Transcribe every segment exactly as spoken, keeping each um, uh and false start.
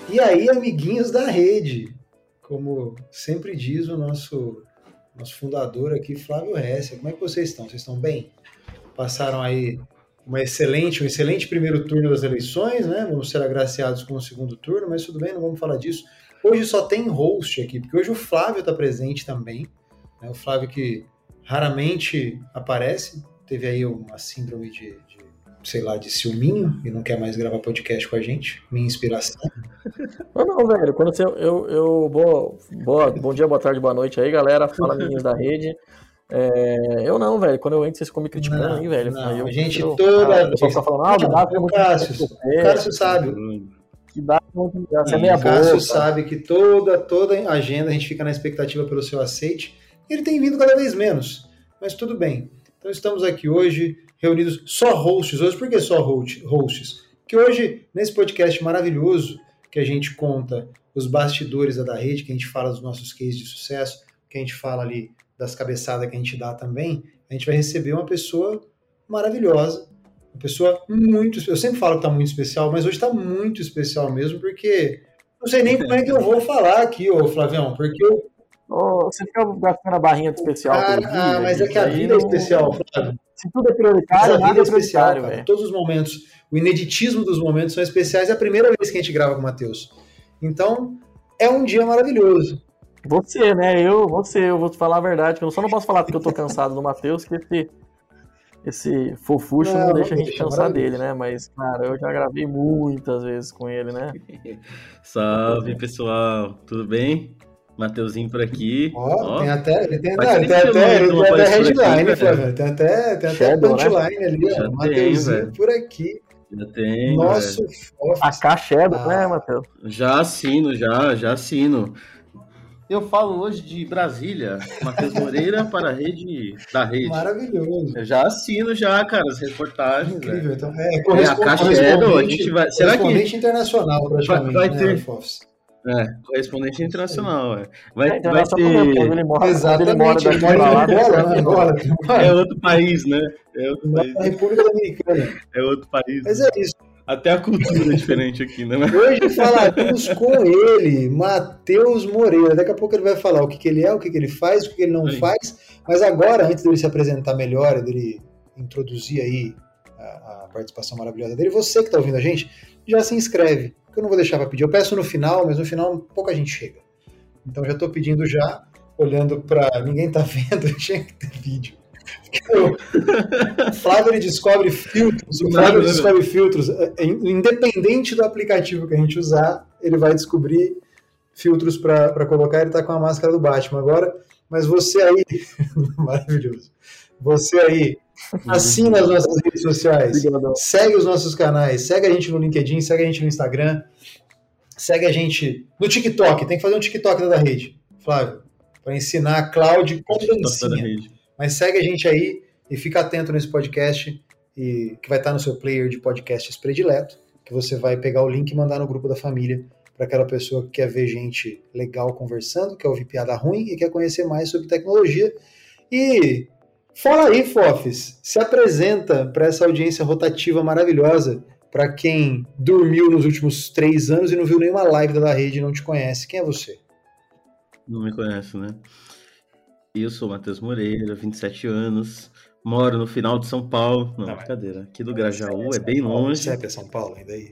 E aí, amiguinhos da rede, como sempre diz o nosso, nosso fundador aqui, Flávio Hesser, como é que vocês estão? Vocês estão bem? Passaram aí uma excelente, um excelente primeiro turno das eleições, né? Vamos ser agraciados com o segundo turno, mas tudo bem, não vamos falar disso. Hoje só tem host aqui, porque hoje o Flávio está presente também, né? O Flávio que raramente aparece, teve aí uma síndrome de, de, sei lá, de ciúminho e não quer mais gravar podcast com a gente, minha inspiração. Não, não, velho, quando você, eu, eu boa, boa, bom dia, boa tarde, boa noite aí, galera, fala meninos da rede. É, eu não, velho, quando eu entro, vocês ficam me criticando não, aí, velho. Não, aí eu, a gente eu, toda... o pessoal fica falando, ah, o Davi é muito... Cássio, o Cássio sabe. Que dá muito... Você é O meia Cássio boca. sabe que toda, toda agenda a gente fica na expectativa pelo seu aceite. Ele tem vindo cada vez menos, mas tudo bem. Então estamos aqui hoje, reunidos só hosts. Hoje, por que só hosts? Porque hoje, nesse podcast maravilhoso, que a gente conta os bastidores da rede, que a gente fala dos nossos cases de sucesso, que a gente fala ali das cabeçadas que a gente dá também, a gente vai receber uma pessoa maravilhosa, uma pessoa muito... Eu sempre falo que está muito especial, mas hoje está muito especial mesmo, porque não sei nem como é que eu vou falar aqui, ô Flavião, porque eu... Oh, você fica gastando a barrinha de especial Cara, todo dia, ah, mas é que a vida não... é especial, Flávio. Se tudo é prioritário, a vida nada é especial, é cara. Todos os momentos, o ineditismo dos momentos são especiais. É a primeira vez que a gente grava com o Matheus. Então, é um dia maravilhoso. Você, né? Eu, você, eu vou te falar a verdade. Eu só não posso falar porque eu tô cansado do Matheus, que esse, esse fofucho não, não deixa não a gente deixa, cansar dele, né? Mas, cara, eu já gravei muitas vezes com ele, né? Salve, pessoal. Tudo bem? Mateuzinho por aqui. Ó, oh, tem até, ele tem, não, ele tem até, ele tem até headline, Flávio. Tem até, tem até punchline, né? Ali, ó. Mateuzinho por aqui. Já tem. Nosso A K Shadow, ah. né, Matheus? Já assino, já, já assino. Eu falo hoje de Brasília, Matheus Moreira para a rede da rede. Maravilhoso. Eu já assino já, cara, as reportagens. Incrível. Né? Então, é, é correspondente, a Shadow, a gente vai... Será que internacional praticamente, vai, vai né, ter... É, correspondente internacional, é. Vai, é, vai ter... Ele mora, Exatamente, ele mora, ele mora em Angola, né? Agora. É outro país, né? É outro país. Na República Dominicana. É outro país. Mas é isso. Até a cultura é diferente aqui, né? Hoje falaremos com ele, Matheus Moreira. Daqui a pouco ele vai falar o que, que ele é, o que, que ele faz, o que, que ele não aí. faz. Mas agora, antes dele se apresentar melhor, dele introduzir aí a, a participação maravilhosa dele, você que está ouvindo a gente, já se inscreve. Que eu não vou deixar para pedir. Eu peço no final, mas no final pouca gente chega. Então já estou pedindo já, olhando para... Ninguém está vendo, tinha que ter vídeo. O Flávio ele descobre filtros, o Flávio descobre filtros, independente do aplicativo que a gente usar, ele vai descobrir filtros para colocar. Ele está com a máscara do Batman agora, mas você aí, maravilhoso, você aí, assina as nossas redes sociais, Obrigadão. Segue os nossos canais, segue a gente no LinkedIn, segue a gente no Instagram, segue a gente no TikTok. Tem que fazer um TikTok da rede, Flávio, para ensinar a Cláudia com dancinha. Mas segue a gente aí e fica atento nesse podcast, e, que vai estar no seu player de podcasts predileto, que você vai pegar o link e mandar no grupo da família para aquela pessoa que quer ver gente legal conversando, quer ouvir piada ruim e quer conhecer mais sobre tecnologia. E fala aí, Fofes, se apresenta para essa audiência rotativa maravilhosa, para quem dormiu nos últimos três anos e não viu nenhuma live da rede e não te conhece. Quem é você? Não me conhece, né? Eu sou o Matheus Moreira, vinte e sete anos, moro no final de São Paulo. Não, não brincadeira. Aqui do Grajaú, é, é bem Paulo, longe. Você é São Paulo ainda aí?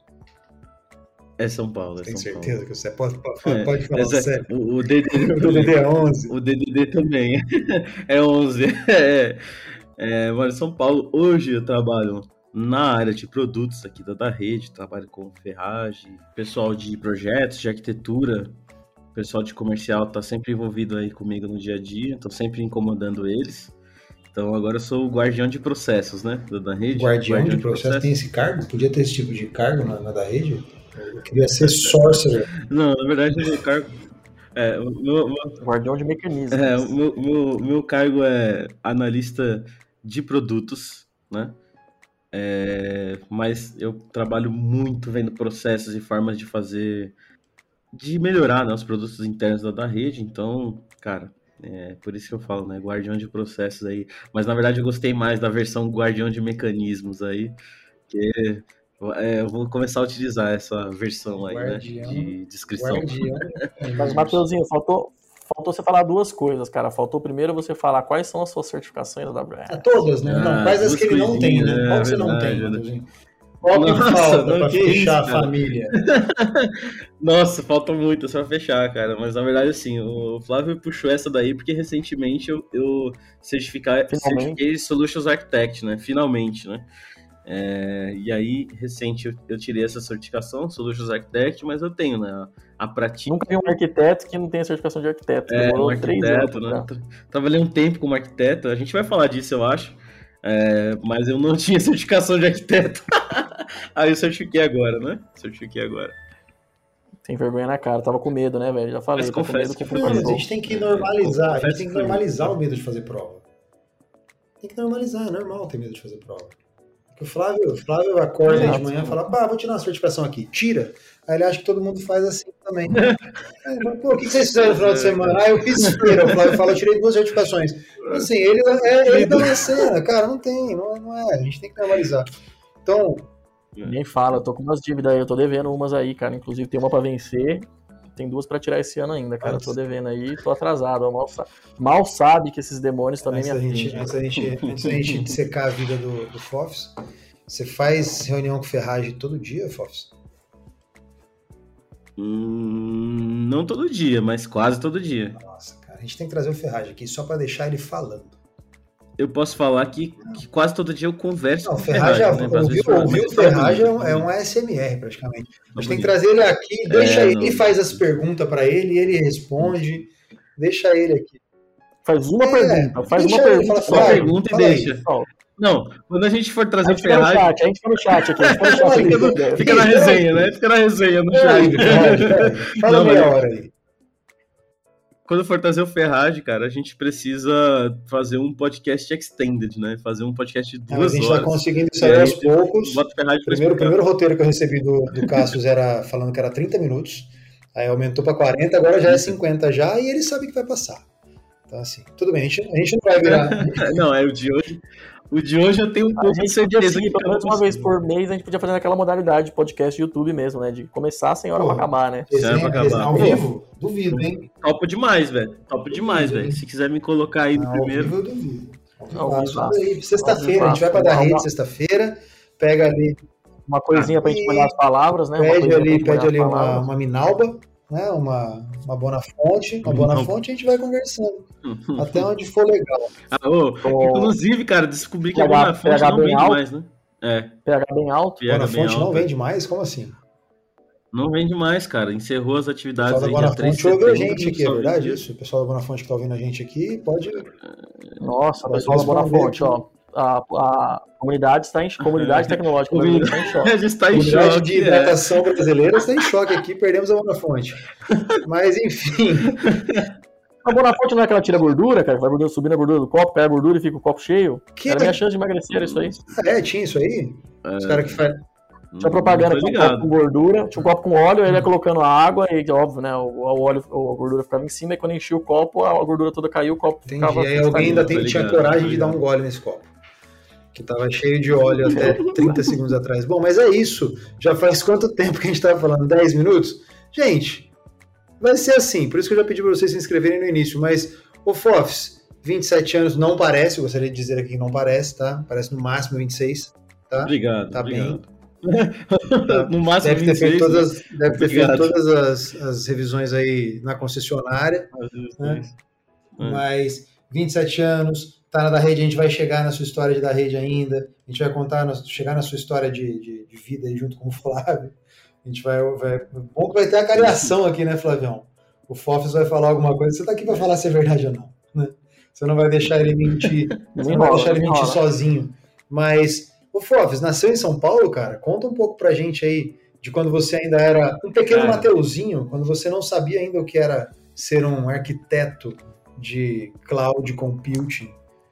É São Paulo, é Tem São certeza Paulo. que você pode, pode, pode é, falar essa, sério? O, o D D D, o D D D é onze. O D D D também é onze. É, é, moro em São Paulo. Hoje eu trabalho na área de produtos aqui da, da rede, trabalho com ferragem, pessoal de projetos, de arquitetura. O pessoal de comercial está sempre envolvido aí comigo no dia a dia, estou sempre incomodando eles. Então agora eu sou o guardião de processos, né, da, da rede. Guardião, guardião de, de processos, processos tem esse cargo? Podia ter esse tipo de cargo na, na da rede? Eu queria ser sorcerer. Não, na verdade o meu cargo... É, o meu, meu, guardião de mecanismos. É, o meu, meu, meu cargo é analista de produtos, né? É, mas eu trabalho muito vendo processos e formas de fazer... de melhorar, né, os produtos internos da, da rede. Então, cara, é por isso que eu falo, né, guardião de processos aí. Mas, na verdade, eu gostei mais da versão guardião de mecanismos aí, que É, eu vou começar a utilizar essa versão aí, Guardião, né, de descrição. Guardião. Mas, Matheusinho, faltou, faltou você falar duas coisas, cara. Faltou primeiro você falar quais são as suas certificações da W S. Ah, todas, né? Ah, não, quais as duas que ele não tem, né? coisinhas, Qual que você é não verdade, tem, né? Matheusinho? Qual que Nossa, falta não, pra que fechar isso, a cara. família? Nossa, falta muito só fechar, cara. Mas na verdade, assim, o Flávio puxou essa daí porque recentemente eu, eu certificar, certifiquei Solutions Architect, né? Finalmente, né? É, e aí, recente, eu, eu tirei essa certificação, Solutions Architect, mas eu tenho, né? A, a prática. Nunca vi um arquiteto que não tem a certificação de arquiteto. É, Demorou um arquiteto, três anos, né? cara. Tra- Trabalhei um tempo como arquiteto, a gente vai falar disso, eu acho. É, mas eu não tinha certificação de arquiteto. Aí eu certifiquei agora, né? Certifiquei agora. Tem vergonha na cara, tava com medo, né, velho? Já falei, Mas tá com confesso medo que com foi Não, mas a mesmo. gente tem que normalizar, a gente Confesso tem que que foi normalizar mesmo. o medo de fazer prova. Tem que normalizar, é normal ter medo de fazer prova. Porque o Flávio, o Flávio acorda aí de manhã e fala, pá, vou tirar uma certificação aqui, tira. Aí ele acha que todo mundo faz assim também. Aí ele fala, pô, o que vocês fizeram no final de semana? Ah, eu fiz feira. O Flávio fala, eu tirei duas certificações. Assim, ele, é, ele tá na cena, cara, não tem, não, não é, a gente tem que normalizar. Então... Nem fala, eu tô com umas dívidas aí, eu tô devendo umas aí, cara. Inclusive tem uma pra vencer, tem duas pra tirar esse ano ainda, cara. Eu tô devendo aí, tô atrasado. Ó, mal, sa- mal sabe que esses demônios também Antes me da gente, afligem. antes da gente, antes da gente dissecar a vida do, do Fofs, você faz reunião com ferragem todo dia, Fofs? Hum, não todo dia, mas quase todo dia. Nossa, cara, a gente tem que trazer o ferragem aqui só pra deixar ele falando. Eu posso falar que, que quase todo dia eu converso Não, com o ferragem, Ferragem, né? Às ouvir, vezes for- ouvir mas o tá ferragem é bonito, um, tá é bonito. um A S M R praticamente. A gente Tá tem que bonito. trazer ele aqui, deixa É, ele, não. faz as perguntas pra ele, ele responde, deixa ele aqui. Faz uma É, pergunta, faz deixa uma ele, pergunta fala, só. Só Fala aí, pergunta e fala aí. deixa. Só. Não, quando a gente for A trazer o gente fica no Ferragem, chat, a gente fica no chat aqui, a gente fica no chat. Fala aí, fica, aqui. no- fica na resenha, né? Fica na resenha no Peraí, chat. Ferragem, peraí. Fala Não, meia mas- hora aí. Quando for trazer o Ferragem, cara, a gente precisa fazer um podcast extended, né? Fazer um podcast de Não, a duas gente horas. tá conseguindo isso E aí aí, aos poucos. Bota o Ferragem pra Primeiro, o explicar. primeiro roteiro que eu recebi do, do Cassius era falando que era trinta minutos, aí aumentou para quarenta, agora já é cinquenta já, e ele sabe que vai passar. Então, assim, tudo bem, a gente, a gente não vai virar. Não, é o de hoje. O de hoje eu tenho um A pouco de gente podia certeza seguir, que pelo menos uma acaba vez por mês, a gente podia fazer naquela modalidade de podcast YouTube mesmo, né? De começar sem hora Pô, pra acabar, né? Serve Resenha, pra acabar. resenha ao vivo? Duvido, hein? Topo demais, velho. Topo demais, velho. Se quiser me colocar aí no Não, ao primeiro. vivo eu duvido. Ao vivo, Ao ah, vivo, só daí, sexta-feira, a gente vai ao pra vivo, dar rede uma- sexta-feira, pega ali, Uma coisinha pra gente e molhar as palavras, né? Uma pede coisinha pra ali, gente molhar pede as ali uma, palavras. uma minalba, né? Uma, uma Bonafonte, uma Bonafonte, a gente vai conversando. Até onde for legal. Ah, ô, Ô, inclusive, cara, descobri que a P H Bonafonte P H não bem vende alto. mais, né? É, P H bem alto. P H bem Bonafonte não alta. vende mais? Como assim? Não vende mais, cara. Encerrou as O atividades pessoal da aí dia três de Bonafonte ouve a setembro. gente aqui, é só verdade vendia. isso? O pessoal da Bonafonte que tá ouvindo a gente aqui, pode... Nossa, Pode pessoal da responder Bonafonte, aqui. ó. A, a comunidade está em comunidade tecnológica brasileira está em choque. A gente tá em Comunidade choque, de é. hidratação brasileira está em choque aqui, perdemos a Bonafonte. Mas, enfim, A Bonafonte não é que ela tira gordura, cara, que vai gordura, subindo a gordura do copo, pega a gordura e fica o copo cheio. que Era a minha chance de emagrecer, era isso aí. é, tinha isso aí? Os caras que fazem... Tinha propaganda Não que tô tinha um copo com ligado. gordura, tinha um copo com óleo, aí ele ia colocando a água, e óbvio, né? O, o óleo, a gordura ficava em cima, e quando enchia o copo, a gordura toda caiu, o copo Entendi. ficava. Aí alguém ainda tem, Tô tinha ligado, coragem tô de dar ligado. um gole nesse copo. Que tava cheio de óleo até trinta segundos atrás. Bom, mas é isso. Já faz quanto tempo que a gente tava falando? dez minutos? Gente, vai ser assim. Por isso que eu já pedi para vocês se inscreverem no início. Mas, ô Fofs, vinte e sete anos não parece. Eu gostaria de dizer aqui que não parece, tá? Parece no máximo vinte e seis. Tá? Obrigado. Tá obrigado. Tá. No máximo Deve ter vinte e seis, feito todas, deve ter feito Obrigado. todas as, as revisões aí na concessionária. né? É. Mas vinte e sete anos, tá na da rede, a gente vai chegar na sua história de da rede ainda, a gente vai contar, na- chegar na sua história de, de, de vida aí junto com o Flávio. A gente vai, vai. Bom que vai ter a cariação aqui, né, Flavião? O Fofs vai falar alguma coisa, você tá aqui para falar se é verdade ou não, né? Você não vai deixar ele mentir, você não vai enrola, deixar ele não mentir enrola. sozinho. Mas, o Fofs, nasceu em São Paulo, cara? Conta um pouco pra gente aí de quando você ainda era um pequeno Cara. Mateuzinho, quando você não sabia ainda o que era ser um arquiteto de cloud computing.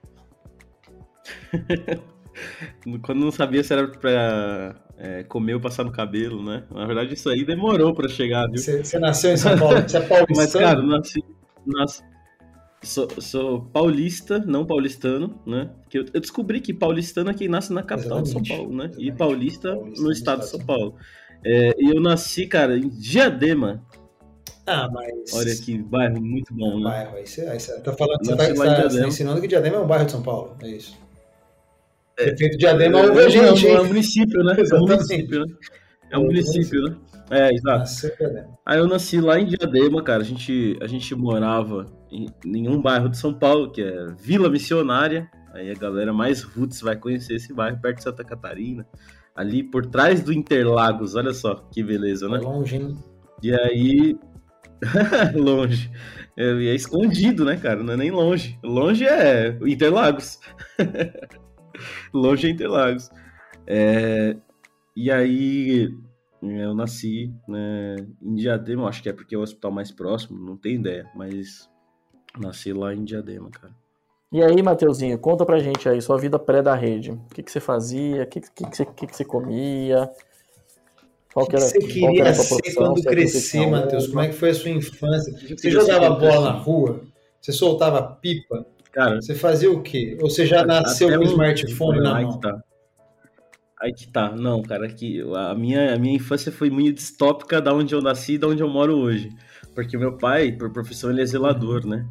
Quando não sabia se era pra é, comer ou passar no cabelo, né? Na verdade, isso aí demorou pra chegar, viu? Você, você nasceu em São Paulo, você é paulistano? Mas, cara, nasci, nasci, Sou, sou paulista, não paulistano, né? Porque eu, eu descobri que paulistano é quem nasce na capital Exatamente. de São Paulo, né? Exatamente. E paulista, paulista no estado de São Paulo. É, e eu nasci, cara, em Diadema. Ah, mas... Olha que bairro muito bom, né? Bairro, aí você, aí você tá falando, você tá, tá, você tá ensinando que Diadema é um bairro de São Paulo, é isso. É, Prefeito Diadema é um gente, é um município, né? É um município, né? É um município, né? É, exato. Aí eu nasci lá em Diadema, cara. A gente, a gente morava em, em um bairro de São Paulo, que é Vila Missionária. Aí a galera mais roots vai conhecer esse bairro, perto de Santa Catarina. Ali por trás do Interlagos, olha só que beleza, né? É longe, hein? E aí... longe. É, é escondido, né, cara? Não é nem longe. Longe é Interlagos. Longe é Interlagos. É... E aí... Eu nasci, né, em Diadema, acho que é porque é o hospital mais próximo, não tenho ideia, mas nasci lá em Diadema, cara. E aí, Mateuzinho, conta pra gente aí, sua vida pré da rede. O que, que você fazia, o que, que, que, você, que, que você comia, qual que era, você queria qual que era a ser sua profissão, quando crescer, Matheus? Como é que foi a sua infância? Você jogava bola na rua? Você soltava pipa? Cara, você fazia o quê? Ou você já nasceu com o um smartphone na mão? Tá. Aí que tá, não, cara, que a minha, a minha infância foi muito distópica da onde eu nasci e da onde eu moro hoje. Porque meu pai, por profissão, ele é zelador, né?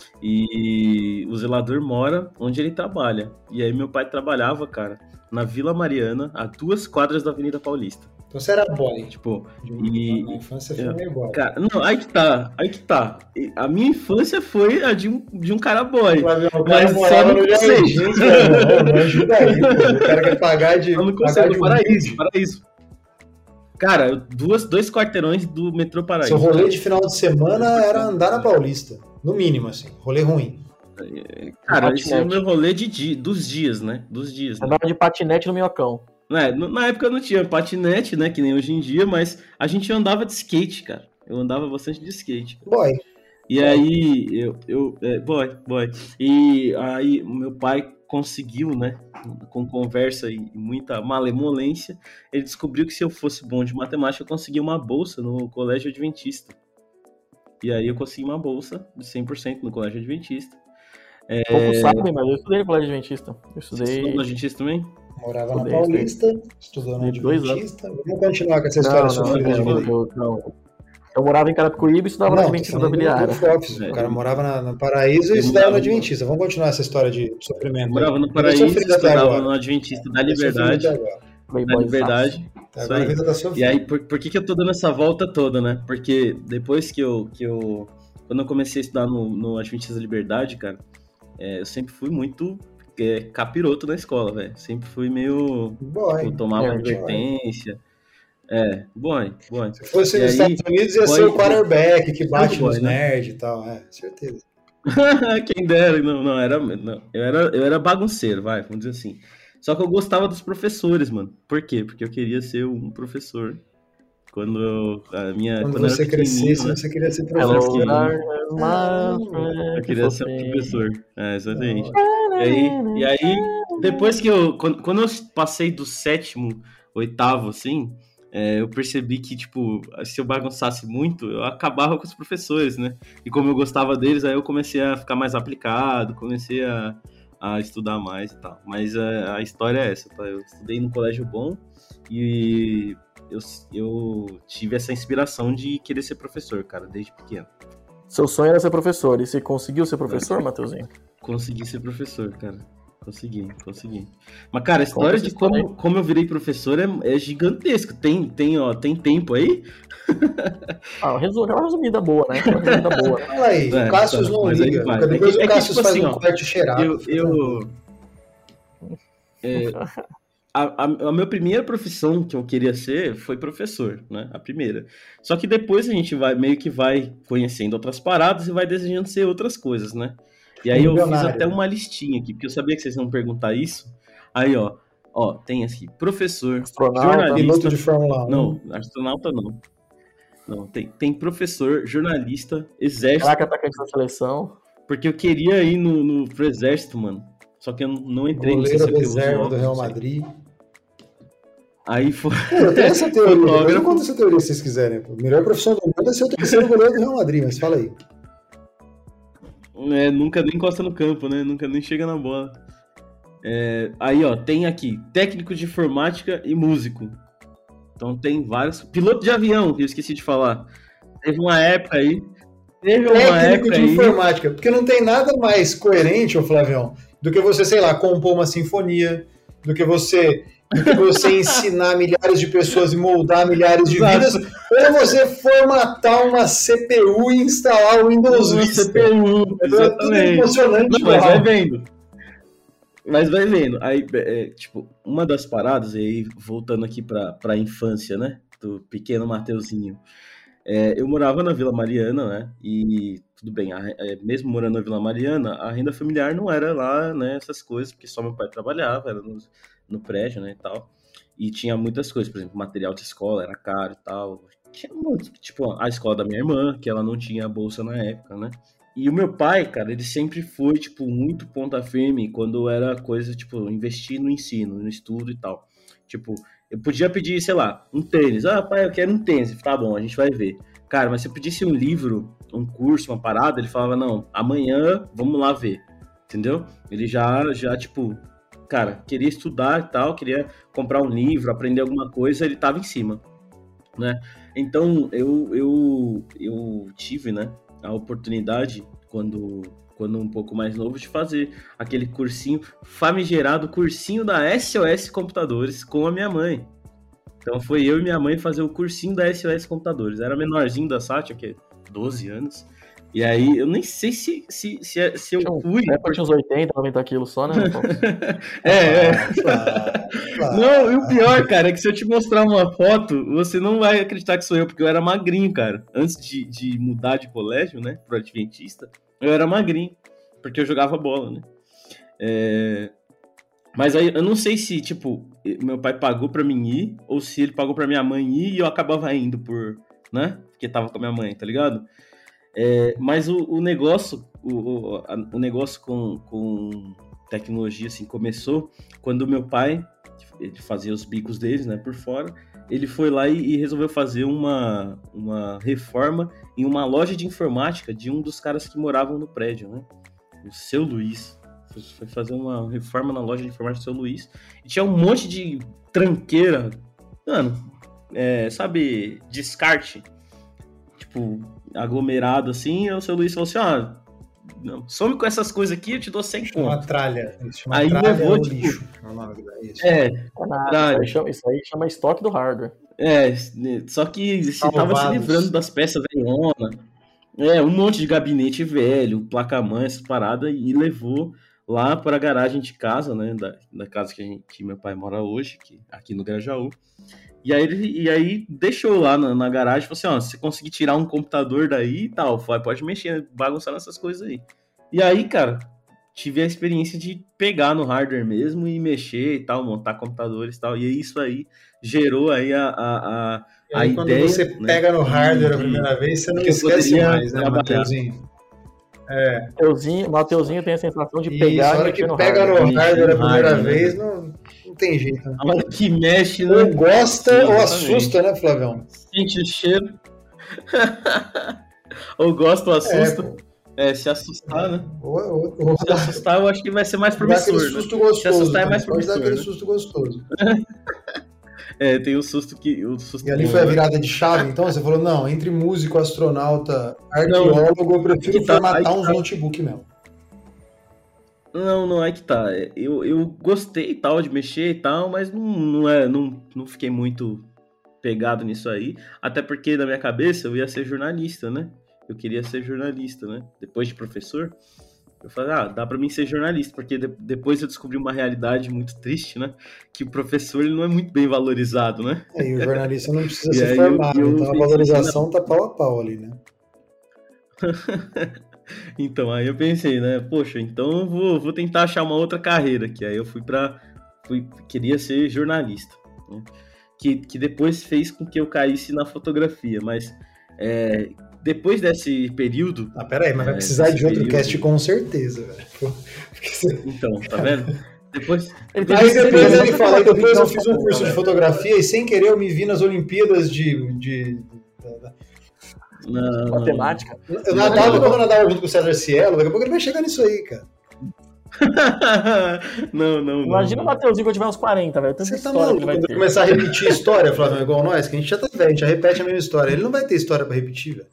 E o zelador mora onde ele trabalha. E aí meu pai trabalhava, cara, na Vila Mariana, a duas quadras da Avenida Paulista. Então você era boy. Tipo, e... Na infância foi meio boy. Cara, não, aí que tá, aí que tá. A minha infância foi a de um, de um cara boy. Mas só no conceito. Não, não ajuda aí, pô. O cara quer pagar de... Só no conceito, um paraíso, paraíso. Cara, duas, dois quarteirões do metrô Paraíso. Seu rolê de final de semana era andar na Paulista. No mínimo, assim. Rolê ruim. Cara, esse é o meu rolê de dia, dos dias, né? Dos dias. Andava né? de patinete no minhocão. É, na época não tinha patinete, né, que nem hoje em dia, mas a gente andava de skate, cara. Eu andava bastante de skate. Boy. E boy. aí, eu, eu é, boy, boy. E aí, meu pai conseguiu, né, com conversa e muita malemolência, ele descobriu que se eu fosse bom de matemática, eu conseguia uma bolsa no Colégio Adventista. E aí eu consegui uma bolsa de cem por cento no Colégio Adventista. É... Poucos sabem, mas eu estudei no Colégio Adventista. Eu estudei... Você estudou no Adventista também? Morava estudei, na Paulista, estudei. estudou na Adventista. Vamos continuar com essa história não, sofrida de vida. Não, não. Eu morava em Carapicuíba e estudava no Adventista da Biliara. O cara morava na, no Paraíso e estudava no Adventista. Vamos continuar essa história de sofrimento. Morava no Paraíso e estudava no Adventista da Liberdade. Da Liberdade. Agora a vida tá sofrendo. E aí, por, por que, que eu tô dando essa volta toda, né? Porque depois que eu... Que eu quando eu comecei a estudar no, no Adventista da Liberdade, cara, é, eu sempre fui muito... É, capiroto na escola, velho. Sempre fui meio... Boy. Eu tomava é, advertência. Boy. É, boy, boy. Se fosse e nos aí, Estados Unidos, ia boy, ser o quarterback que bate boy, nos né? nerds e tal. É, certeza. Quem dera. Não, não, era, não. Eu, era, eu era bagunceiro, vai, vamos dizer assim. Só que eu gostava dos professores, mano. Por quê? Porque eu queria ser um professor. Quando eu, a minha, quando, quando você crescesse, né? Você queria ser professor. Eu queria ser professor. É, exatamente. E aí, e aí, depois que eu... Quando, quando eu passei do sétimo, oitavo, assim, é, eu percebi que, tipo, se eu bagunçasse muito, eu acabava com os professores, né? E como eu gostava deles, aí eu comecei a ficar mais aplicado, comecei a, a estudar mais e tal. Mas a, a história é essa, tá? Eu estudei num colégio bom e... Eu, eu tive essa inspiração de querer ser professor, cara, desde pequeno. Seu sonho era ser professor, e você conseguiu ser professor, Mateuzinho? Consegui ser professor, cara. Consegui, consegui. Mas, cara, a história de como, como eu virei professor é, é gigantesca. Tem, tem, ó, tem tempo aí? Ah, uma resumida boa, né? Uma resumida boa. Olha aí, é, o Cassius tá, não liga. Depois é que, o Cassius é que, tipo faz assim, um corte cheirado. Eu... eu é, A, a, a minha primeira profissão que eu queria ser foi professor, né? A primeira. Só que depois a gente vai meio que vai conhecendo outras paradas e vai desejando ser outras coisas, né? E aí eu fiz até uma listinha aqui, porque eu sabia que vocês iam perguntar isso. Aí, ó, ó, tem aqui, professor, astronauta, jornalista... Piloto de Fórmula um. Não, astronauta não. Não, tem, tem professor, jornalista, exército... Caraca, atacante da seleção. Porque eu queria ir no, no, pro exército, mano. Só que eu não entrei no goleiro reserva do Real Madrid. Aí foi. Pô, eu tenho essa teoria. Eu conto essa teoria se vocês quiserem. A melhor profissão do mundo é ser o terceiro goleiro do Real Madrid, mas fala aí. É, nunca nem encosta no campo, né? Nunca nem chega na bola. É, aí, ó, tem aqui técnico de informática e músico. Então tem vários. Piloto de avião, que eu esqueci de falar. Teve uma época aí. Teve uma técnico época de aí. informática. Porque não tem nada mais coerente, ô Flavião, do que você, sei lá, compor uma sinfonia, do que você, do que você ensinar milhares de pessoas e moldar milhares de vidas, ou você formatar uma C P U e instalar o Windows Vista. C P U, exatamente. É tudo emocionante. Não, mas vai vendo. Mas vai vendo. Aí, é, tipo, uma das paradas, e aí voltando aqui pra, pra infância, né? Do pequeno Mateuzinho. É, eu morava na Vila Mariana, né? E tudo bem, a, é, mesmo morando na Vila Mariana, a renda familiar não era lá, né? Essas coisas, porque só meu pai trabalhava, era no, no prédio, né? E tal. E tinha muitas coisas, por exemplo, material de escola era caro e tal. Tinha muito, tipo, a escola da minha irmã, que ela não tinha bolsa na época, né? E o meu pai, cara, ele sempre foi, tipo, muito ponta firme quando era coisa, tipo, investir no ensino, no estudo e tal. Tipo, eu podia pedir, sei lá, um tênis. Ah, pai, eu quero um tênis. Tá bom, a gente vai ver. Cara, mas se eu pedisse um livro, um curso, uma parada, ele falava, não, amanhã vamos lá ver. Entendeu? Ele já, já, tipo, cara, queria estudar e tal, queria comprar um livro, aprender alguma coisa, ele tava em cima, né? Então, eu, eu, eu tive, né, a oportunidade, quando, quando um pouco mais novo, de fazer aquele cursinho, famigerado cursinho da S O S Computadores com a minha mãe. Então foi eu e minha mãe fazer o cursinho da S O S Computadores. Era menorzinho da Sátia, que é doze anos. E aí, eu nem sei se, se, se, se eu fui... É, porque tinha uns oitenta, noventa quilos só, né? é, é. Não, e o pior, cara, é que se eu te mostrar uma foto, você não vai acreditar que sou eu, porque eu era magrinho, cara. Antes de, de mudar de colégio, né, pro adventista, eu era magrinho, porque eu jogava bola, né? É... Mas aí, eu não sei se, tipo, meu pai pagou pra mim ir, ou se ele pagou pra minha mãe ir e eu acabava indo por, né? Porque tava com a minha mãe, tá ligado? É, mas o, o negócio, o, o, a, o negócio com, com tecnologia, assim, começou quando meu pai, ele fazia os bicos deles, né, por fora, ele foi lá e, e resolveu fazer uma, uma reforma em uma loja de informática de um dos caras que moravam no prédio, né, o Seu Luiz. Foi fazer uma reforma na loja de informática do Seu Luiz. E tinha um monte de tranqueira, mano, é, sabe, descarte, tipo, aglomerado assim. E o Seu Luiz falou assim: ah, não, some com essas coisas aqui, eu te dou cem conto. Uma tralha. Chama aí tralha levou, ou tipo, lixo. É, é nada, isso, aí, isso aí chama estoque do hardware. É, só que você tava se livrando das peças velhonas. É, um monte de gabinete velho, placa-mãe, essas paradas, e levou lá para a garagem de casa, né, da, da casa que, a gente, que meu pai mora hoje, que, aqui no Grajaú. E aí, ele, e aí deixou lá na, na garagem, falou assim, ó, se você conseguir tirar um computador daí e tal, pode mexer, bagunçar nessas coisas aí. E aí, cara, tive a experiência de pegar no hardware mesmo e mexer e tal, montar computadores e tal, e isso aí gerou aí a, a, a, e aí, a quando ideia... Quando você né, pega no hardware de, a primeira vez, você não esquece mais, né, Mateuzinho? É. Mateuzinho, Mateuzinho tem a sensação de pegar Isso, a hora que pega no hardware, hardware a primeira hardware, vez, né? não, não tem jeito. Né? A hora que mexe, né? Ou gosta ou assusta, né, Flavião? Sente o cheiro. Ou gosta ou assusta. É, é se assustar, né? Ou, ou, ou... Se assustar, eu acho que vai ser mais promissor. Dá aquele susto né? gostoso. Se assustar é mais pode promissor. Pode dar aquele né? susto gostoso. É, tem o susto que... O susto e ali bom, foi a né? virada de chave, então? Você falou, não, entre músico, astronauta, arqueólogo, eu prefiro tá, formatar uns tá. notebook mesmo. Não, não é que tá. Eu, eu gostei e tal de mexer e tal, mas não, não, é, não, não fiquei muito pegado nisso aí. Até porque na minha cabeça eu ia ser jornalista, né? Eu queria ser jornalista, né? Depois de professor, eu falei, ah, dá pra mim ser jornalista, porque de, depois eu descobri uma realidade muito triste, né? Que o professor ele não é muito bem valorizado, né? É, e o jornalista não precisa ser formado, eu, eu então a valorização assim, tá pau a pau ali, né? Então, aí eu pensei, né? Poxa, então eu vou, vou tentar achar uma outra carreira, que aí eu fui pra... Fui, queria ser jornalista, né? Que, que depois fez com que eu caísse na fotografia, mas... É, depois desse período... Ah, peraí, mas vai precisar de outro período... cast com certeza, velho. Então, tá vendo? Depois... Aí depois ele fala, depois eu fiz um curso de fotografia e sem querer eu me vi nas Olimpíadas de... de... Não, matemática. Eu nadava, quando eu nadava junto com o César Cielo, daqui a pouco ele vai chegar nisso aí, cara. não, não, Imagina não, o Mateuzinho quando tiver uns quarenta, velho. Você tá maluco, quando ele começar a repetir história, Flávio, igual nós, que a gente já tá velho, a gente já repete a mesma história. Ele não vai ter história pra repetir, velho.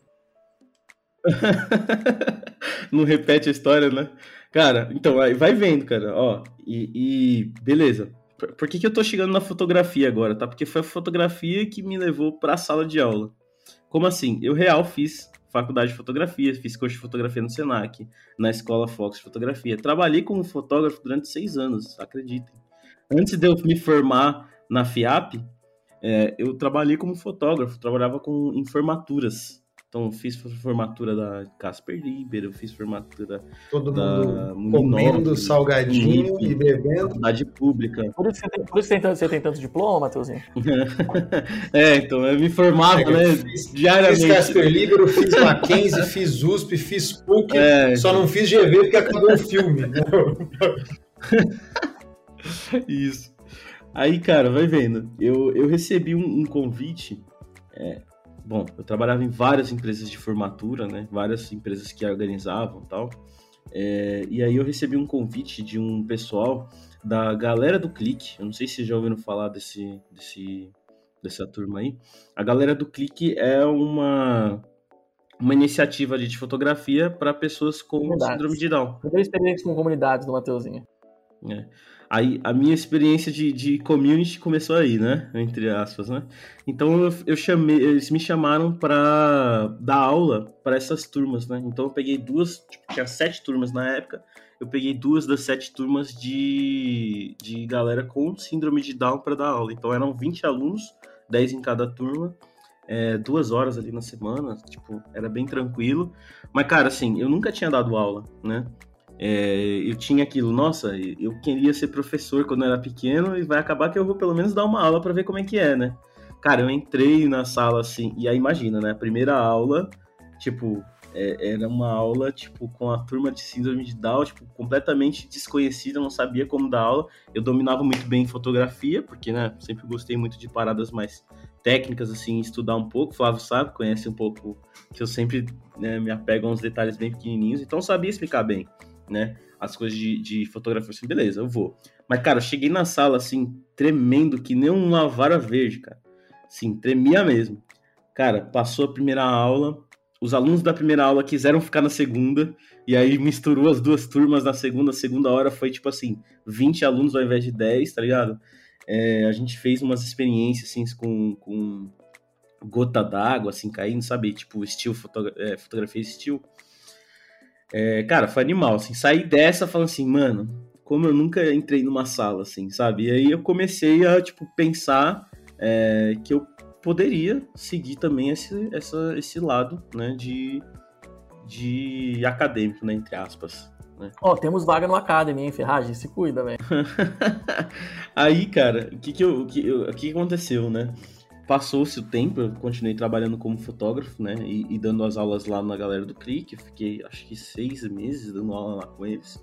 Não repete a história, né? Cara, então, vai vendo, cara, ó, e, e beleza. Por, por que que eu tô chegando na fotografia agora, tá? Porque foi a fotografia que me levou pra sala de aula. Como assim? Eu real fiz faculdade de fotografia, fiz curso de fotografia no Senac, na Escola Fox de Fotografia. Trabalhei como fotógrafo durante seis anos, acreditem. Antes de eu me formar na FIAP, é, eu trabalhei como fotógrafo, trabalhava com em formaturas. Então, eu fiz formatura da Casper Liber, eu fiz formatura Todo da mundo comendo Munip, salgadinho Munip, e bebendo. Faculdade pública. Por isso, tem, por isso tem, você tem tanto diploma, Mateuzinho? É, então, eu me formava, é, né, fiz, diariamente. Fiz Casper Liber, eu fiz Mackenzie, fiz U S P, fiz P U C, é, só não fiz G V porque acabou o filme. Isso. Aí, cara, vai vendo. Eu, eu recebi um, um convite... É, Bom, eu trabalhava em várias empresas de formatura, né? Várias empresas que organizavam e tal. É, e aí eu recebi um convite de um pessoal da galera do Clique. Eu não sei se vocês já ouviram falar desse, desse, dessa turma aí. A galera do Clique é uma, uma iniciativa de fotografia para pessoas com comunidades. Síndrome de Down. Primeira experiência com comunidades do Mateuzinho. É. Aí a minha experiência de, de community começou aí, né? Entre aspas, né? Então eu, eu chamei, eles me chamaram para dar aula para essas turmas, né? Então eu peguei duas, tipo, tinha sete turmas na época, eu peguei duas das sete turmas de, de galera com síndrome de Down para dar aula. Então eram vinte alunos, dez em cada turma, é, duas horas ali na semana, tipo, era bem tranquilo. Mas, cara, assim, eu nunca tinha dado aula, né? É, eu tinha aquilo, nossa, eu queria ser professor quando eu era pequeno e vai acabar que eu vou pelo menos dar uma aula pra ver como é que é, né? Cara, eu entrei na sala assim, e aí imagina, né? A primeira aula, tipo, é, era uma aula, tipo, com a turma de síndrome de Down, tipo, completamente desconhecida, não sabia como dar aula. Eu dominava muito bem fotografia, porque, né, sempre gostei muito de paradas mais técnicas, assim, estudar um pouco. Flávio sabe, conhece um pouco, que eu sempre, né, me apego a uns detalhes bem pequenininhos, então sabia explicar bem, né, as coisas de, de fotografia, assim, beleza, eu vou. Mas, cara, eu cheguei na sala, assim, tremendo, que nem uma vara verde, cara. Assim, tremia mesmo. Cara, passou a primeira aula, os alunos da primeira aula quiseram ficar na segunda, e aí misturou as duas turmas na segunda, a segunda hora foi, tipo assim, vinte alunos ao invés de dez, tá ligado? É, a gente fez umas experiências, assim, com, com gota d'água, assim, caindo, sabe? Tipo, estilo, fotogra- é, fotografia estilo. É, cara, foi animal, assim, saí dessa falando assim, mano, como eu nunca entrei numa sala, assim, sabe? E aí eu comecei a, tipo, pensar é, que eu poderia seguir também esse, essa, esse lado, né, de, de acadêmico, né, entre aspas. Né? Ó, oh, temos vaga no Academy, hein, Ferragem? Se cuida, velho. Aí, cara, o que que, eu, o que, eu, o que aconteceu, né? Passou-se o tempo, eu continuei trabalhando como fotógrafo, né, e, e dando as aulas lá na galera do Clique. Eu fiquei, acho que seis meses dando aula lá com eles.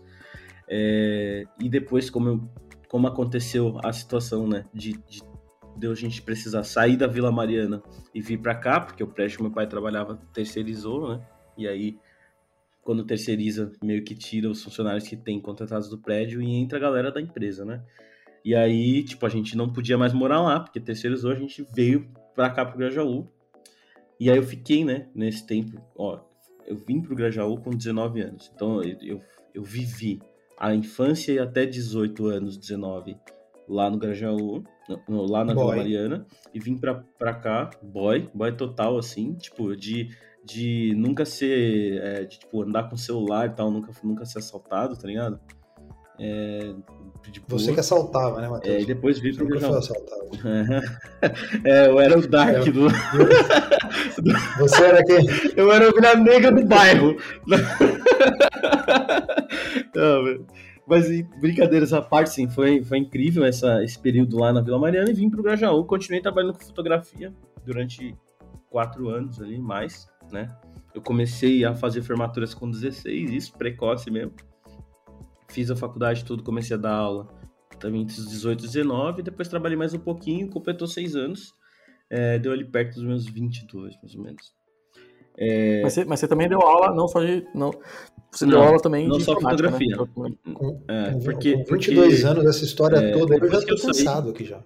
É, e depois, como, eu, como aconteceu a situação, né, de, de, de a gente precisar sair da Vila Mariana e vir para cá, porque o prédio que meu pai trabalhava terceirizou, né, e aí, quando terceiriza, meio que tira os funcionários que tem contratados do prédio e entra a galera da empresa, né. E aí, tipo, a gente não podia mais morar lá, porque terceirizou, a gente veio pra cá pro Grajaú. E aí eu fiquei, né, nesse tempo, ó, eu vim pro Grajaú com dezenove anos. Então eu, eu, eu vivi a infância e até dezoito anos, dezenove, lá no Grajaú, no, lá na boy. Vila Mariana, e vim pra, pra cá, boy, boy total, assim, tipo, de, de nunca ser, é, de, tipo, andar com celular e tal, nunca, nunca ser assaltado, tá ligado? É, tipo, você que assaltava, né, Matheus? É, e depois vi pro Grajaú. assaltado. É, eu era o Dark é, do... Você era quem? Eu era o Vila Negra do bairro. Não, mas brincadeiras à parte, sim, foi, foi incrível essa, esse período lá na Vila Mariana e vim pro Grajaú. Continuei trabalhando com fotografia durante quatro anos ali, mais, né? Eu comecei a fazer formaturas com dezesseis, isso, precoce mesmo. Fiz a faculdade tudo, comecei a dar aula também entre os dezoito e dezenove, depois trabalhei mais um pouquinho, completou seis anos, é, deu ali perto dos meus vinte e dois, mais ou menos. É... Mas, você, mas você também deu aula, não só de... Não, você não, deu aula também não de só fotografia. Né? Com, é, com, porque, com vinte e dois porque, anos, essa história é, toda, eu já tô cansado aqui já.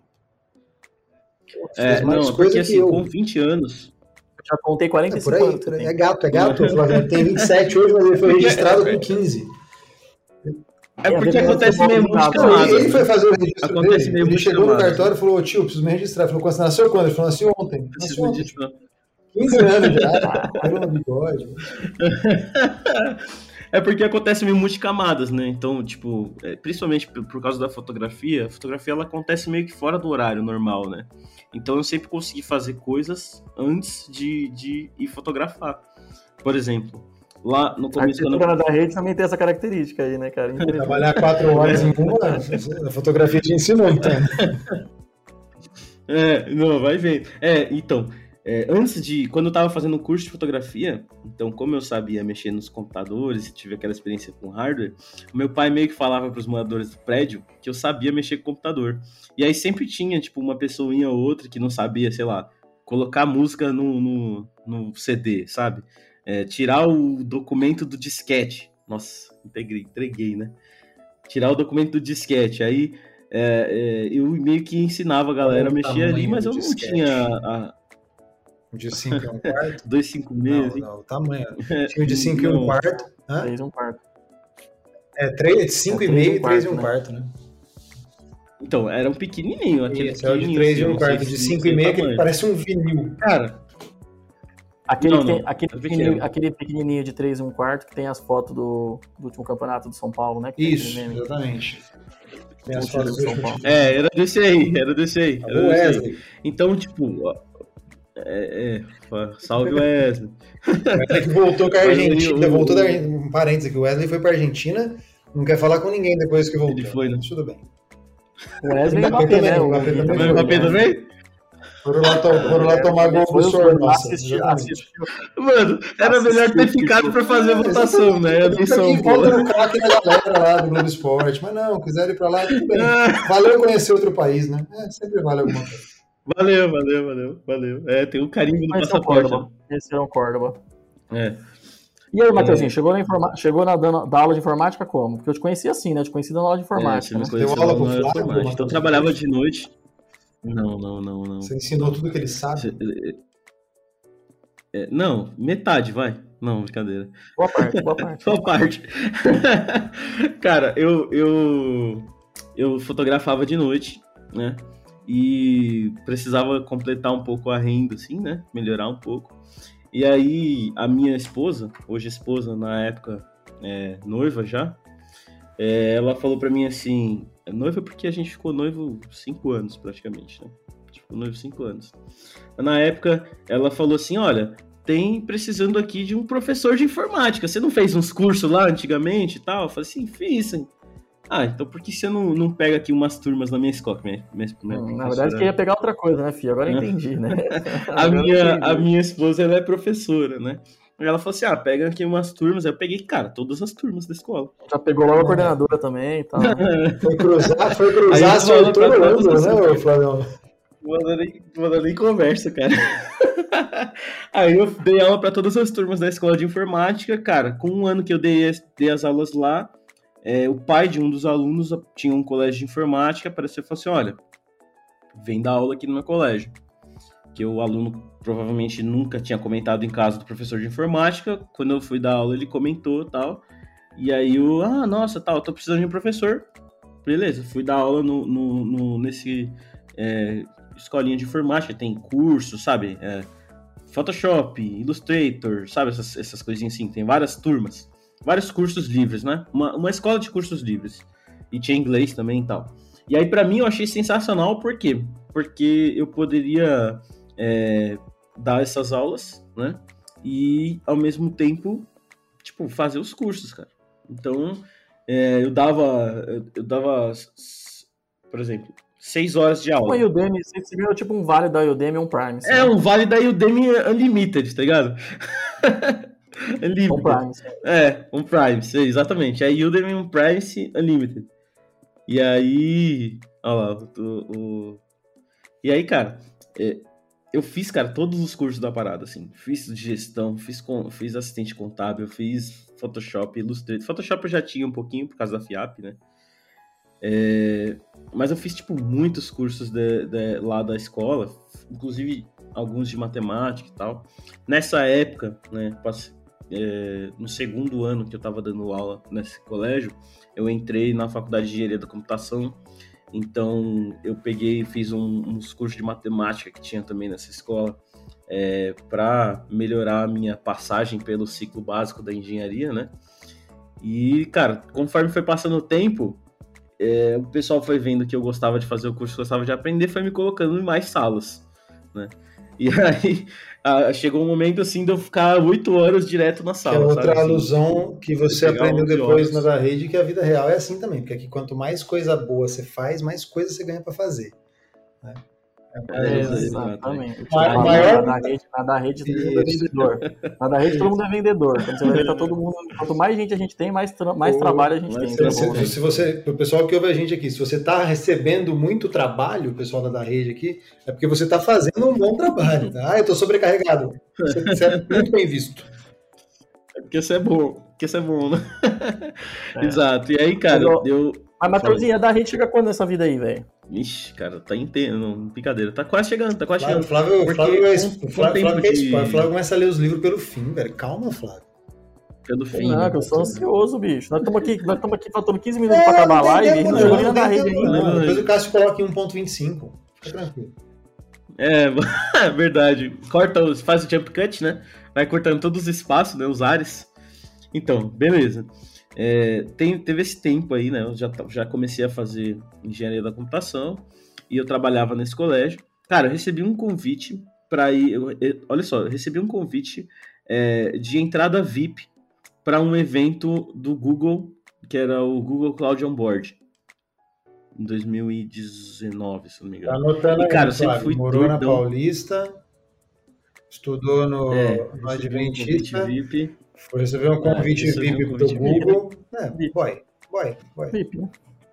É, não, porque assim, eu. com vinte anos... Eu já contei quarenta e cinco é, por aí, anos. Por aí. É gato, é gato. O Flávio tem vinte e sete hoje, mas ele foi registrado com quinze. É porque acontece meio muito camada. Ele foi fazer o registro acontece dele, ele chegou camada. no cartório e falou, tio, preciso me registrar. Ele falou, quando você nasceu quando? Ele falou, nasci ontem. Nasci ontem. quinze anos já. Era um bigode. É porque acontece meio multicamadas, né? Então, tipo, é, principalmente por causa da fotografia, a fotografia ela acontece meio que fora do horário normal, né? Então eu sempre consegui fazer coisas antes de, de ir fotografar. Por exemplo, lá no começo... A arquitetura da rede também tem essa característica aí, né, cara? Trabalhar quatro horas em uma, a fotografia te ensinou, então. É, não, vai ver. É, então... É, antes de, quando eu tava fazendo o curso de fotografia, então como eu sabia mexer nos computadores e tive aquela experiência com hardware, o meu pai meio que falava pros moradores do prédio que eu sabia mexer com computador. E aí sempre tinha, tipo, uma pessoinha ou outra que não sabia, sei lá, colocar música no, no, no C D, sabe? É, tirar o documento do disquete. Nossa, entreguei, entreguei, né? Tirar o documento do disquete. Aí é, é, eu meio que ensinava a galera a mexer ali, mas eu não disquete. tinha... A, de cinco e um quarto? dois cinco meses. Não, não, o tamanho. Tinha de cinco e um quarto. três e um quarto. É, três, cinco e meio e três e um quarto, né? Então, era um pequenininho. Aquele Isso, é o de três e um quarto. De cinco e meio, que parece um vinil. Cara... Aquele, não, tem, não, aquele, pequenininho, aquele pequenininho de três e um quarto que tem as fotos do, do último campeonato de São Paulo, né? Que Isso, exatamente. Tem as fotos do São Paulo. É, era desse aí, era desse aí. Era o Wesley. Aí. Então, tipo... É, é, salve o Wesley. O Wesley que voltou com a Argentina, voltou da um parênteses aqui, o Wesley foi pra Argentina, não quer falar com ninguém depois que voltou. Ele foi, né? Tudo bem. O Wesley e o Mbappé, né? O Mbappé também? Foram lá, to foram lá tomar gol do Sor, nossa. Mano, era melhor ter ficado pra fazer a votação, né? A eleição, pô. Volta no craque da galera lá do Globo Esporte, mas não, quiser ir pra lá, tudo bem. Valeu conhecer outro país, né? É, sempre vale alguma coisa. Valeu, valeu, valeu, valeu. É, tem o carimbo do Mas passaporte. Esse é um Córdoba. É. E aí, Matheusinho, é. chegou, na informa... chegou na dando... da aula de informática como? Porque eu te conheci assim, né? Eu te conheci dando aula de informática. É, né? Deu aula com informática. Então eu trabalhava de noite. Não, não, não, não. Você ensinou tudo que ele sabe? É, não, metade, vai. Não, brincadeira. Boa parte, boa parte. Boa parte. Cara, eu, eu, eu fotografava de noite, né? E precisava completar um pouco a renda, assim, né? Melhorar um pouco. E aí, a minha esposa, hoje esposa, na época é, noiva já, é, ela falou pra mim assim... Noiva porque a gente ficou noivo cinco anos, praticamente, né? A gente ficou noivo cinco anos. Na época, ela falou assim, olha, tem precisando aqui de um professor de informática. Você não fez uns cursos lá antigamente e tal? Eu falei assim, fiz, hein? Ah, então por que você não, não pega aqui umas turmas na minha escola? Minha, minha, minha hum, na verdade, queria pegar outra coisa, né, filho? Agora eu entendi, né? a, minha, entendi. a minha esposa, ela é professora, né? Ela falou assim, ah, pega aqui umas turmas. Aí eu peguei, cara, todas as turmas da escola. Já pegou logo a coordenadora também e tal. Foi cruzar, foi cruzar, acertou o ângulo, né, Flávio? Manda nem conversa, cara. Aí eu dei aula para todas as turmas da escola de informática, cara. Com um ano que eu dei, dei as aulas lá, é, o pai de um dos alunos tinha um colégio de informática, apareceu e falou assim, olha, vem dar aula aqui no meu colégio. Que o aluno provavelmente nunca tinha comentado em casa do professor de informática. Quando eu fui dar aula, ele comentou e tal. E aí eu, ah, nossa, tal, tô precisando de um professor. Beleza, fui dar aula no, no, no, nesse é, escolinha de informática. Tem curso, sabe? É, Photoshop, Illustrator, sabe? Essas, essas coisinhas assim. Tem várias turmas. Vários cursos livres, né? Uma, uma escola de cursos livres. E tinha inglês também e tal. E aí, pra mim, eu achei sensacional. Por quê? Porque eu poderia... É, dar essas aulas, né? E, ao mesmo tempo, tipo, fazer os cursos, cara. Então, é, eu dava, eu, eu dava, por exemplo, seis horas de aula. O Udemy, você ganhou tipo um vale da Udemy, um Prime. É, um vale da Udemy Unlimited, tá ligado? Unlimited. Um Prime. Sim. É, um Prime, sim, exatamente. É Udemy um Prime Unlimited. E aí, olha lá, o... o... E aí, cara... É, eu fiz, cara, todos os cursos da parada, assim. Fiz de gestão, fiz, com, fiz assistente contábil, fiz Photoshop, Illustrator. Photoshop eu já tinha um pouquinho por causa da FIAP, né? É, mas eu fiz, tipo, muitos cursos de, de, lá da escola, inclusive alguns de matemática e tal. Nessa época, né, passei, é, no segundo ano que eu tava dando aula nesse colégio, eu entrei na faculdade de engenharia da computação. Então, eu peguei e fiz um, uns cursos de matemática que tinha também nessa escola, é, para melhorar a minha passagem pelo ciclo básico da engenharia, né? E, cara, conforme foi passando o tempo, é, o pessoal foi vendo que eu gostava de fazer o curso, gostava de aprender, foi me colocando em mais salas, né? E aí, a, chegou um momento, assim, de eu ficar oito horas direto na sala. Que é outra sabe? alusão assim, que você aprendeu depois horas. na da rede, que a vida real é assim também, porque aqui quanto mais coisa boa você faz, mais coisa você ganha para fazer, né? É, exatamente. A Na, maior... na, da rede, na da rede todo mundo é vendedor. Na da rede todo mundo é vendedor. Quando você vai ver, tá todo mundo. Quanto mais gente a gente tem, mais, tra... mais Ou, trabalho a gente tem. Se, se, se você, o pessoal que ouve a gente aqui, se você está recebendo muito trabalho, o pessoal da, da rede aqui, é porque você está fazendo um bom trabalho. Tá? Ah, eu estou sobrecarregado. Você, você é muito bem visto. É porque isso é bom. Porque isso é bom, né? É. Exato. E aí, cara, eu... eu... Mas, Matheusinha, da rede chega quando nessa vida aí, velho? Ixi, cara, tá inteiro, não, brincadeira. Tá quase chegando, tá quase Flávio, chegando. Flávio, Flávio, é, Flávio, Flávio, de... é Flávio começa a ler os livros pelo fim, velho. Calma, Flávio. Pelo fim. Não, eu sou ansioso, bicho. Nós estamos aqui, nós estamos aqui faltando quinze minutos é, pra acabar a live e não chegou nem na rede ainda. Não, depois o Cássio coloca em um ponto vinte e cinco. Fica tranquilo. É, verdade. Corta, faz o jump cut, né? Vai cortando todos os espaços, né? Os ares. Então, beleza. É, tem, teve esse tempo aí, né? Eu já, já comecei a fazer engenharia da computação e eu trabalhava nesse colégio. Cara, eu recebi um convite para ir. Eu, eu, olha só, eu recebi um convite é, de entrada V I P para um evento do Google, que era o Google Cloud Onboard, em dois mil e dezenove, se não me engano. Tá anotando e, cara, aí, eu sempre fui morou doidão. na Paulista, estudou no, é, no Adventista. V I P. Foi receber um convite é, V I P um do Google. É, boy, boy, boy. V I P, né?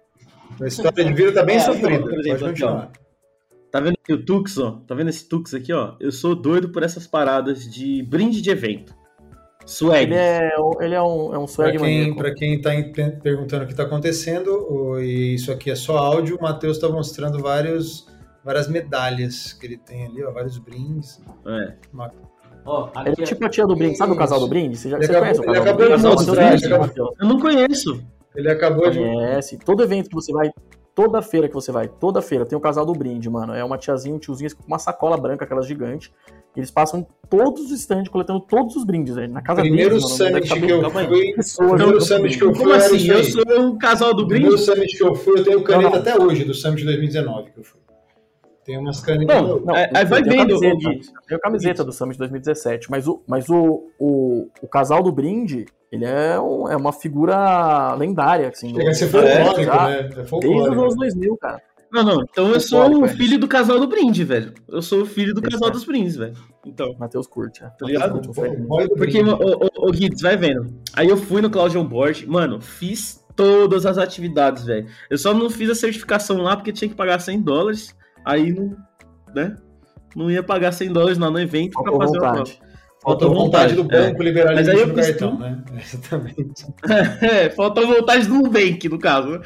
A história de vida tá bem é, sofrida. Por exemplo, aqui, ó, tá vendo aqui o Tux, ó? Tá vendo esse Tux aqui, ó? Eu sou doido por essas paradas de brinde de evento. Swag. Ele é, ele é um, é um swag pra quem, pra quem tá perguntando o que tá acontecendo, e isso aqui é só áudio, o Matheus tá mostrando vários, várias medalhas que ele tem ali, ó, vários brindes. É. Uma... Oh, ele é tipo a tia do brinde, sabe o casal do brinde? Você já você acabou, conhece o casal do brinde? Casal do brinde? Acabou... Eu não conheço. Ele acabou de... Conhece. Todo evento que você vai, toda feira que você vai, toda feira tem o casal do brinde, mano. É uma tiazinha, um tiozinho com uma sacola branca, aquelas gigantes. Eles passam em todos os stands coletando todos os brindes, velho. Na casa primeiro deles, summit mano, que eu fui, pessoas, primeiro summit que eu fui, Como assim? eu sou o casal do brinde? Primeiro summit que eu fui, eu tenho caneta não, não. até hoje, do summit de dois mil e dezenove que eu fui. Tem umas canetas. Não, não, é, aí vai vendo. Tem a camiseta do Summit de dois mil e dezessete, mas o, mas o, o, o casal do brinde, ele é, um, é uma figura lendária. Assim, Chega a ser folclórico, é, né? É folclórico. Desde os anos dois mil, cara. Não, não, então eu sou o filho do casal do brinde, velho. Eu sou o filho do casal dos brindes, velho. Então. Matheus curte, é. Tá ligado? Porque, ô Guides, vai vendo. Aí eu fui no Cloud Onboard, mano, fiz todas as atividades, velho. Eu só não fiz a certificação lá porque tinha que pagar cem dólares. Aí não, né? Não ia pagar cem dólares lá no evento pra Faltou fazer vontade. uma prova. Faltou vontade do banco é. liberar Mas aí eu no fiz cartão, tudo. né? Exatamente. É, faltou vontade do Nubank, no caso.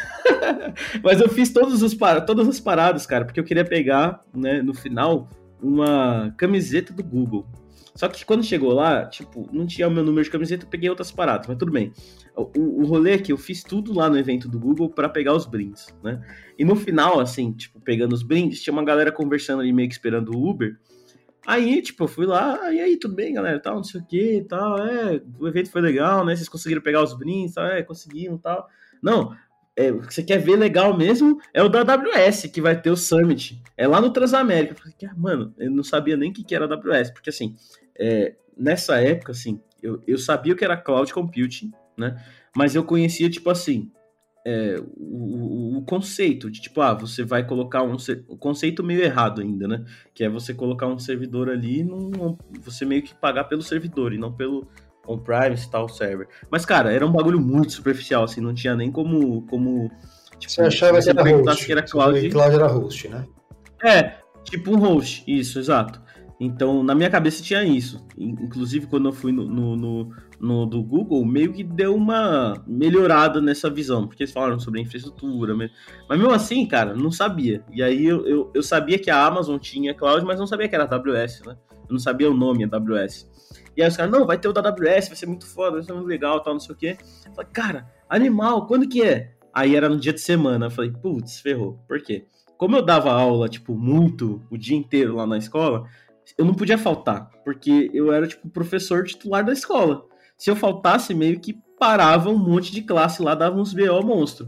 Mas eu fiz todos os, todas as paradas, cara, porque eu queria pegar, né, no final, uma camiseta do Google. Só que quando chegou lá, tipo, não tinha o meu número de camiseta, eu peguei outras paradas, mas tudo bem. O, o rolê é que eu fiz tudo lá no evento do Google pra pegar os brindes, né? E no final, assim, tipo, pegando os brindes, tinha uma galera conversando ali, meio que esperando o Uber. Aí, tipo, eu fui lá, e aí, tudo bem, galera, tal, não sei o que, tal, é, o evento foi legal, né? Vocês conseguiram pegar os brindes, tal, é, conseguiram, tal. Não, é, o que você quer ver legal mesmo é o da A W S, que vai ter o Summit. É lá no Transamérica. Eu falei, mano, eu não sabia nem o que era a AWS, porque assim, é, nessa época, assim, eu, eu sabia o que era Cloud Computing, né? Mas eu conhecia, tipo assim, é, o, o, o conceito de, tipo, ah, você vai colocar um... O conceito meio errado ainda, né? Que é você colocar um servidor ali, num, você meio que pagar pelo servidor e não pelo on-premise e tal server. Mas, cara, era um bagulho muito superficial, assim, não tinha nem como... como tipo, você achava que era host. Que era cloud. Que cloud era host, né? É, Tipo um host, isso, exato. Então, na minha cabeça tinha isso. Inclusive, quando eu fui no, no, no, no do Google, meio que deu uma melhorada nessa visão, porque eles falaram sobre a infraestrutura. Mas mesmo assim, cara, não sabia. E aí eu, eu, eu sabia que a Amazon tinha cloud, mas não sabia que era A W S, né? Eu não sabia o nome A W S. E aí os caras, não, vai ter o da A W S, vai ser muito foda, vai ser muito legal, tal, não sei o quê. Eu falei, cara, animal, quando que é? Aí era no dia de semana. Eu falei, putz, ferrou. Por quê? Como eu dava aula, tipo, muito, o dia inteiro lá na escola, eu não podia faltar, porque eu era, tipo, professor titular da escola. Se eu faltasse, meio que parava um monte de classe lá, dava uns B O monstro.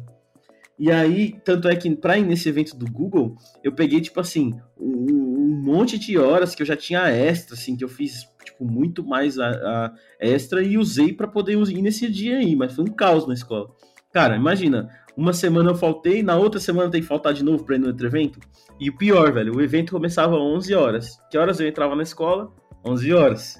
E aí, tanto é que pra ir nesse evento do Google, eu peguei, tipo assim, um, um monte de horas que eu já tinha extra, assim, que eu fiz, tipo, muito mais a, a extra e usei pra poder ir nesse dia aí, mas foi um caos na escola. Cara, imagina, uma semana eu faltei, na outra semana tem que faltar de novo pra ir no outro evento. E o pior, velho, o evento começava às onze horas. Que horas eu entrava na escola? onze horas.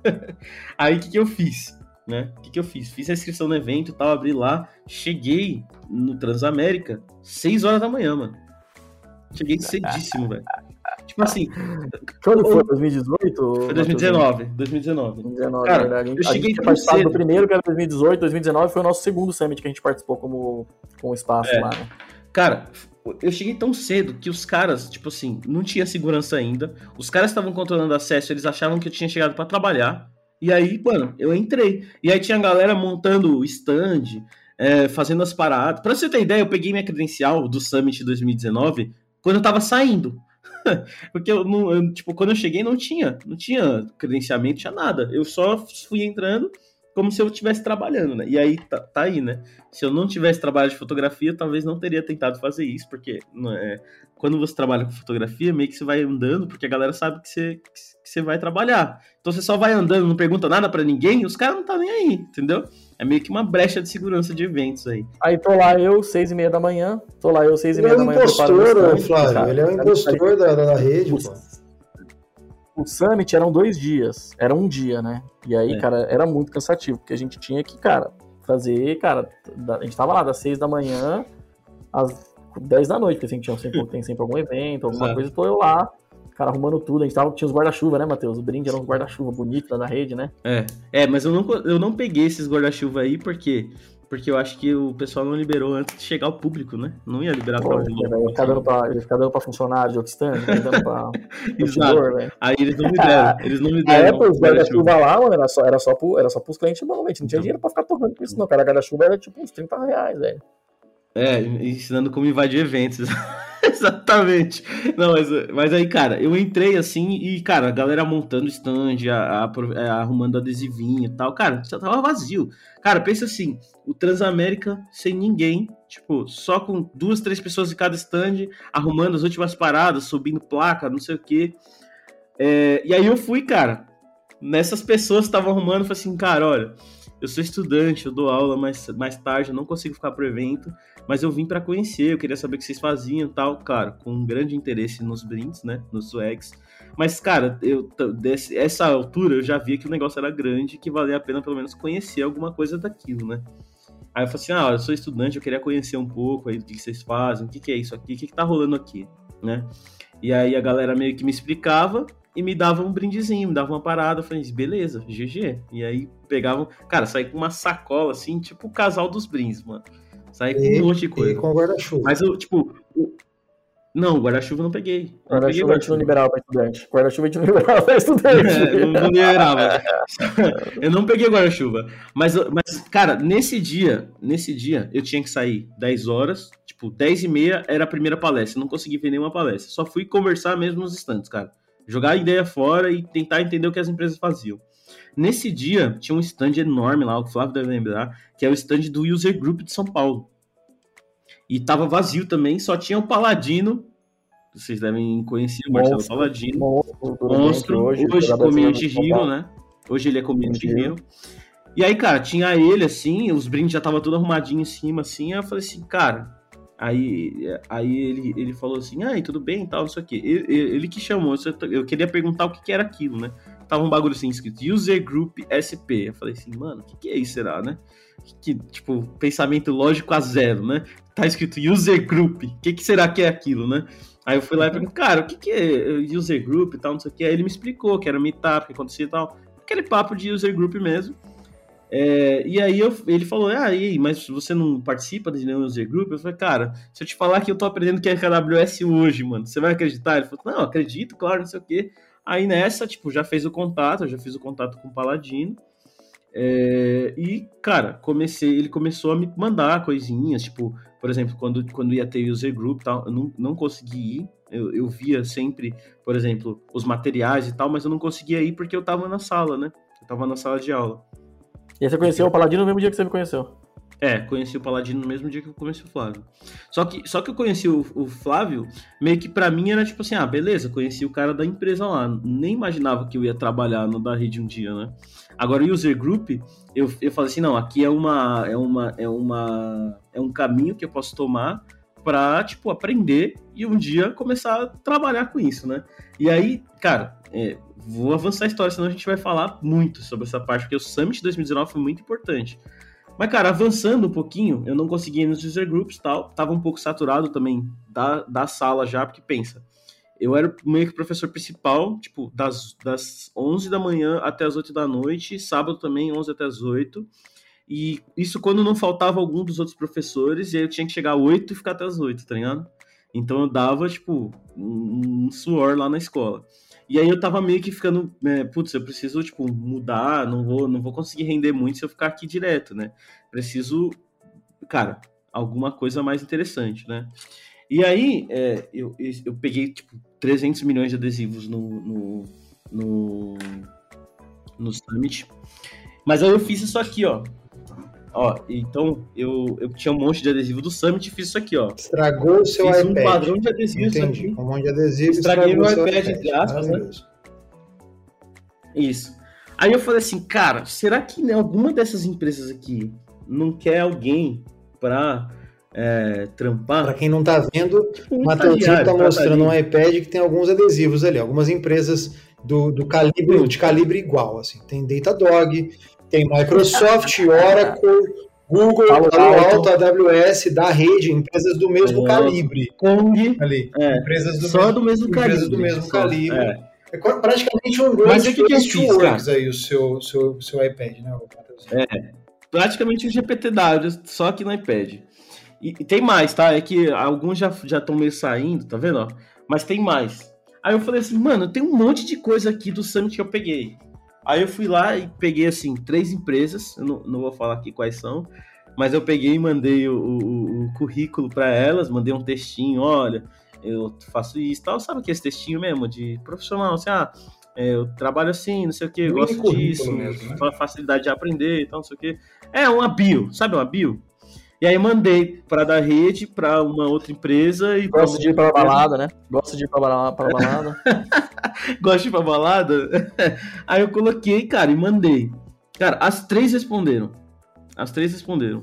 Aí, o que que eu fiz? Né? O que que eu fiz? Fiz a inscrição no evento e tal, abri lá, cheguei no Transamérica seis horas da manhã, mano. Cheguei cedíssimo, velho. Tipo assim... Quando foi? dois mil e dezoito? Foi dois mil e dezenove. dois mil e dezenove. dois mil e dezenove, cara, verdade. eu cheguei tão cedo. Do cedo. primeiro, que era dois mil e dezoito, dois mil e dezenove, foi o nosso segundo summit que a gente participou como, com espaço é. lá, né? Cara, eu cheguei tão cedo que os caras, tipo assim, não tinha segurança ainda. Os caras estavam controlando acesso, eles achavam que eu tinha chegado pra trabalhar. E aí, mano, eu entrei. E aí tinha a galera montando o stand, é, fazendo as paradas. Pra você ter ideia, eu peguei minha credencial do Summit dois mil e dezenove quando eu tava saindo. Porque eu não, eu, tipo, quando eu cheguei não tinha, não tinha credenciamento, tinha nada. Eu só fui entrando como se eu estivesse trabalhando, né? E aí tá, tá aí, né? Se eu não tivesse trabalho de fotografia, talvez não teria tentado fazer isso, porque não é, quando você trabalha com fotografia, meio que você vai andando, porque a galera sabe que você, que você vai trabalhar. Então você só vai andando, não pergunta nada pra ninguém, os caras não tá nem aí, entendeu? É meio que uma brecha de segurança de eventos aí. Aí tô lá eu, seis e meia da manhã, tô lá eu, seis e meia Ele é da um manhã. impostor, Flávio, cara. Ele é um impostor da, da rede, o, pô. O Summit eram dois dias, era um dia, né? E aí, é. cara, era muito cansativo, porque a gente tinha que, cara, fazer, cara, a gente tava lá das seis da manhã às dez da noite, porque assim, tinha sempre, tem sempre algum evento, alguma Exato. coisa, tô eu lá, cara, arrumando tudo, a gente tava, tinha os guarda-chuva, né, Matheus? O brinde era uns guarda-chuva bonitos lá na rede, né? É, é, mas eu não, eu não peguei esses guarda-chuva aí, porque... Porque eu acho que o pessoal não liberou antes de chegar ao público, né? Não ia liberar Pô, pra ele ia ficar dando pra, ele ficar dando pra funcionário de outro stand, dando pra Exato. Velho. Aí eles não me deram, eles não me deram. A Apple, os guarda-chuva lá, mano, era só, era só, pro, era só pros clientes bons, a gente não tinha dinheiro pra ficar torrando com isso, não. Cara, guarda-chuva era tipo uns trinta reais, velho. É, ensinando como invadir eventos. Exatamente. Não, mas, mas aí, cara, eu entrei assim e, cara, a galera montando stand, a, a, a, arrumando adesivinho e tal. Cara, já tava vazio. Cara, pensa assim, o Transamérica sem ninguém, tipo, só com duas, três pessoas em cada stand, arrumando as últimas paradas, subindo placa, não sei o quê. É, e aí eu fui, cara, nessas pessoas que estavam arrumando, falei assim, cara, olha, eu sou estudante, eu dou aula mais, mais tarde, eu não consigo ficar pro evento, mas eu vim para conhecer, eu queria saber o que vocês faziam e tal, claro, com um grande interesse nos brindes, né, nos swags. Mas, cara, eu, desse, essa altura eu já via que o negócio era grande, que valia a pena pelo menos conhecer alguma coisa daquilo, né. Aí eu falei assim, ah, eu sou estudante, eu queria conhecer um pouco aí do que vocês fazem, o que, que é isso aqui, o que, que tá rolando aqui, né. E aí a galera meio que me explicava e me dava um brindezinho, me dava uma parada, eu falei, beleza, G G. E aí pegavam, cara, saí com uma sacola assim, tipo o casal dos brindes, mano. Saí com um monte de coisa. E com guarda-chuva. Mas eu, tipo, eu... não, guarda-chuva eu não peguei. Guarda-chuva a gente não liberava pra estudante. Guarda-chuva a gente não liberava pra estudante. É, não, não liberava. Eu não peguei guarda-chuva. Mas, mas, cara, nesse dia, nesse dia, eu tinha que sair dez horas, tipo, dez e meia era a primeira palestra. Eu não consegui ver nenhuma palestra. Só fui conversar mesmo nos stands, cara. Jogar a ideia fora e tentar entender o que as empresas faziam. Nesse dia, tinha um stand enorme lá, o Flávio deve lembrar, que é o stand do User Group de São Paulo. E tava vazio também, só tinha o Paladino, vocês devem conhecer o Marcelo monstro, Paladino. Monstro, monstro hoje, hoje Community Hero, né? Hoje ele é Community Hero. E aí, cara, tinha ele assim, os brindes já tava tudo arrumadinho em cima, assim, aí eu falei assim, cara... Aí, aí ele, ele falou assim, ah, tudo bem e tal, não sei o quê. Ele, ele que chamou, eu queria perguntar o que, que era aquilo, né? tava um bagulho assim escrito User Group S P. Eu falei assim, mano, o que, que é isso, será, né? Que, que, tipo, pensamento lógico a zero, né? Tá escrito User Group, o que, que será que é aquilo, né? Aí eu fui lá e perguntei, cara, o que, que é User Group e tal, não sei o que. Aí ele me explicou que era um meetup, que acontecia e tal. Aquele papo de User Group mesmo. É, e aí eu, ele falou, ah, e aí, mas você não participa de nenhum User Group? Eu falei, cara, se eu te falar que eu tô aprendendo que é A W S hoje, mano, você vai acreditar? Ele falou, não, acredito, claro, não sei o quê. Aí nessa, tipo, já fez o contato, eu já fiz o contato com o Paladino. É, e, cara, comecei, ele começou a me mandar coisinhas, tipo, por exemplo, quando, quando ia ter User Group e tal, eu não, não consegui ir. Eu, eu via sempre, por exemplo, os materiais e tal, mas eu não conseguia ir porque eu tava na sala, né? Eu tava na sala de aula. E aí você conheceu o Paladino no mesmo dia que você me conheceu? É, conheci o Paladino no mesmo dia que eu conheci o Flávio. Só que, só que eu conheci o, o Flávio, meio que pra mim era tipo assim, ah, beleza, conheci o cara da empresa lá. Nem imaginava que eu ia trabalhar no da rede um dia, né? Agora o User Group, eu, eu falei assim, não, aqui é uma, é uma, é uma, é um caminho que eu posso tomar pra, tipo, aprender e um dia começar a trabalhar com isso, né? E aí, cara, é, vou avançar a história, senão a gente vai falar muito sobre essa parte, porque o Summit dois mil e dezenove foi muito importante. Mas, cara, avançando um pouquinho, eu não consegui ir nos user groups e tal, tava um pouco saturado também da, da sala já, porque pensa, eu era meio que professor principal, tipo, das, das onze da manhã até as oito da noite, sábado também, onze até as oito, e isso quando não faltava algum dos outros professores, e aí eu tinha que chegar às oito e ficar até as oito, tá ligado? Então eu dava, tipo, um, um suor lá na escola. E aí eu tava meio que ficando, é, putz, eu preciso, tipo, mudar, não vou, não vou conseguir render muito se eu ficar aqui direto, né? Preciso, cara, alguma coisa mais interessante, né? E aí, é, eu, eu peguei, tipo, trezentos milhões de adesivos no, no, no, no Summit. Mas aí eu fiz isso aqui, ó. Ó, então, eu, eu tinha um monte de adesivo do Summit e fiz isso aqui, ó. Estragou o seu fiz iPad. um padrão de adesivos. Entendi. Um monte de adesivo. Estraguei meu iPad, entre aspas, né? Isso. Aí eu falei assim, cara, será que alguma dessas empresas aqui não quer alguém pra é, trampar? Pra quem não tá vendo, tipo, um o Matheusinho tá mostrando um iPad que tem alguns adesivos ali. Algumas empresas do, do calibre, de calibre igual, assim. Tem Datadog, tem Microsoft, Oracle, Google, Palo Alto, A W S, da rede, empresas do mesmo é, calibre. Kong, ali. É, empresas do só mesmo, do mesmo calibre. Empresas do mesmo só, calibre. É. É praticamente um grande Mas o que, que eu fiz, cara? Aí o seu, seu, seu iPad, né? É, praticamente um G P T W, só que no iPad. E, e tem mais, tá? É que alguns já estão meio saindo, tá vendo? Ó? Mas tem mais. Aí eu falei assim, mano, tem um monte de coisa aqui do Summit que eu peguei. Aí eu fui lá e peguei, assim, três empresas, eu não, não vou falar aqui quais são, mas eu peguei e mandei o, o, o currículo para elas, mandei um textinho, olha, eu faço isso, tal, sabe aquele textinho mesmo de profissional, assim, ah, eu trabalho assim, não sei o que, eu gosto disso, mesmo, né? Facilidade de aprender e tal, não sei o que. É uma bio, sabe uma bio? E aí mandei para da rede, para uma outra empresa. E Gosto de ir pra balada, né? Gosto de ir pra balada. Pra balada. Gosto de ir pra balada? Aí eu coloquei, cara, e mandei. Cara, as três responderam. As três responderam.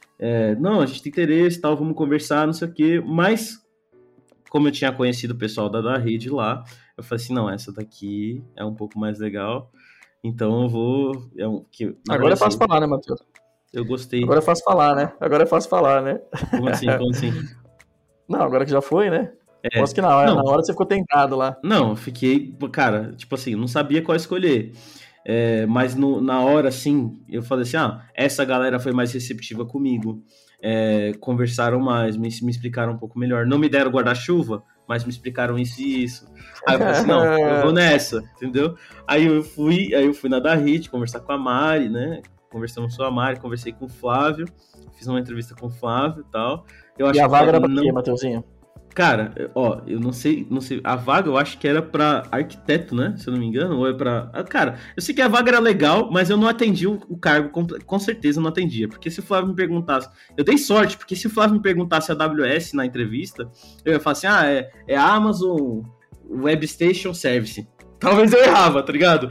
É, não, a gente tem interesse, tal, vamos conversar, não sei o quê. Mas, como eu tinha conhecido o pessoal da, da rede lá, eu falei assim, não, essa daqui é um pouco mais legal. Então eu vou... É um, que, Agora é fácil falar, né, Matheus? Eu gostei. Agora é fácil falar, né? Agora é fácil falar, né? Como assim? Como assim? Não, agora que já foi, né? É. Posso que na hora, na hora você ficou tentado lá. Não, fiquei, cara, tipo assim, não sabia qual escolher. É, mas no, na hora, assim, eu falei assim, ah, essa galera foi mais receptiva comigo. É, conversaram mais, me, me explicaram um pouco melhor. Não me deram guarda-chuva, mas me explicaram isso e isso. Aí eu falei assim, não, eu vou nessa, entendeu? Aí eu fui, aí eu fui na da Hit conversar com a Mari, né? Conversamos com a Mari, conversei com o Flávio, fiz uma entrevista com o Flávio e tal. Eu acho e a vaga era pra não... quê, Matheusinho? Cara, ó, eu não sei, não sei, a vaga eu acho que era pra arquiteto, né, se eu não me engano, ou é pra... Cara, eu sei que a vaga era legal, mas eu não atendi o, o cargo, com, com certeza eu não atendia, porque se o Flávio me perguntasse, eu dei sorte, porque se o Flávio me perguntasse a AWS na entrevista, eu ia falar assim, ah, é, é Amazon Web Station Service, talvez eu errava, tá ligado?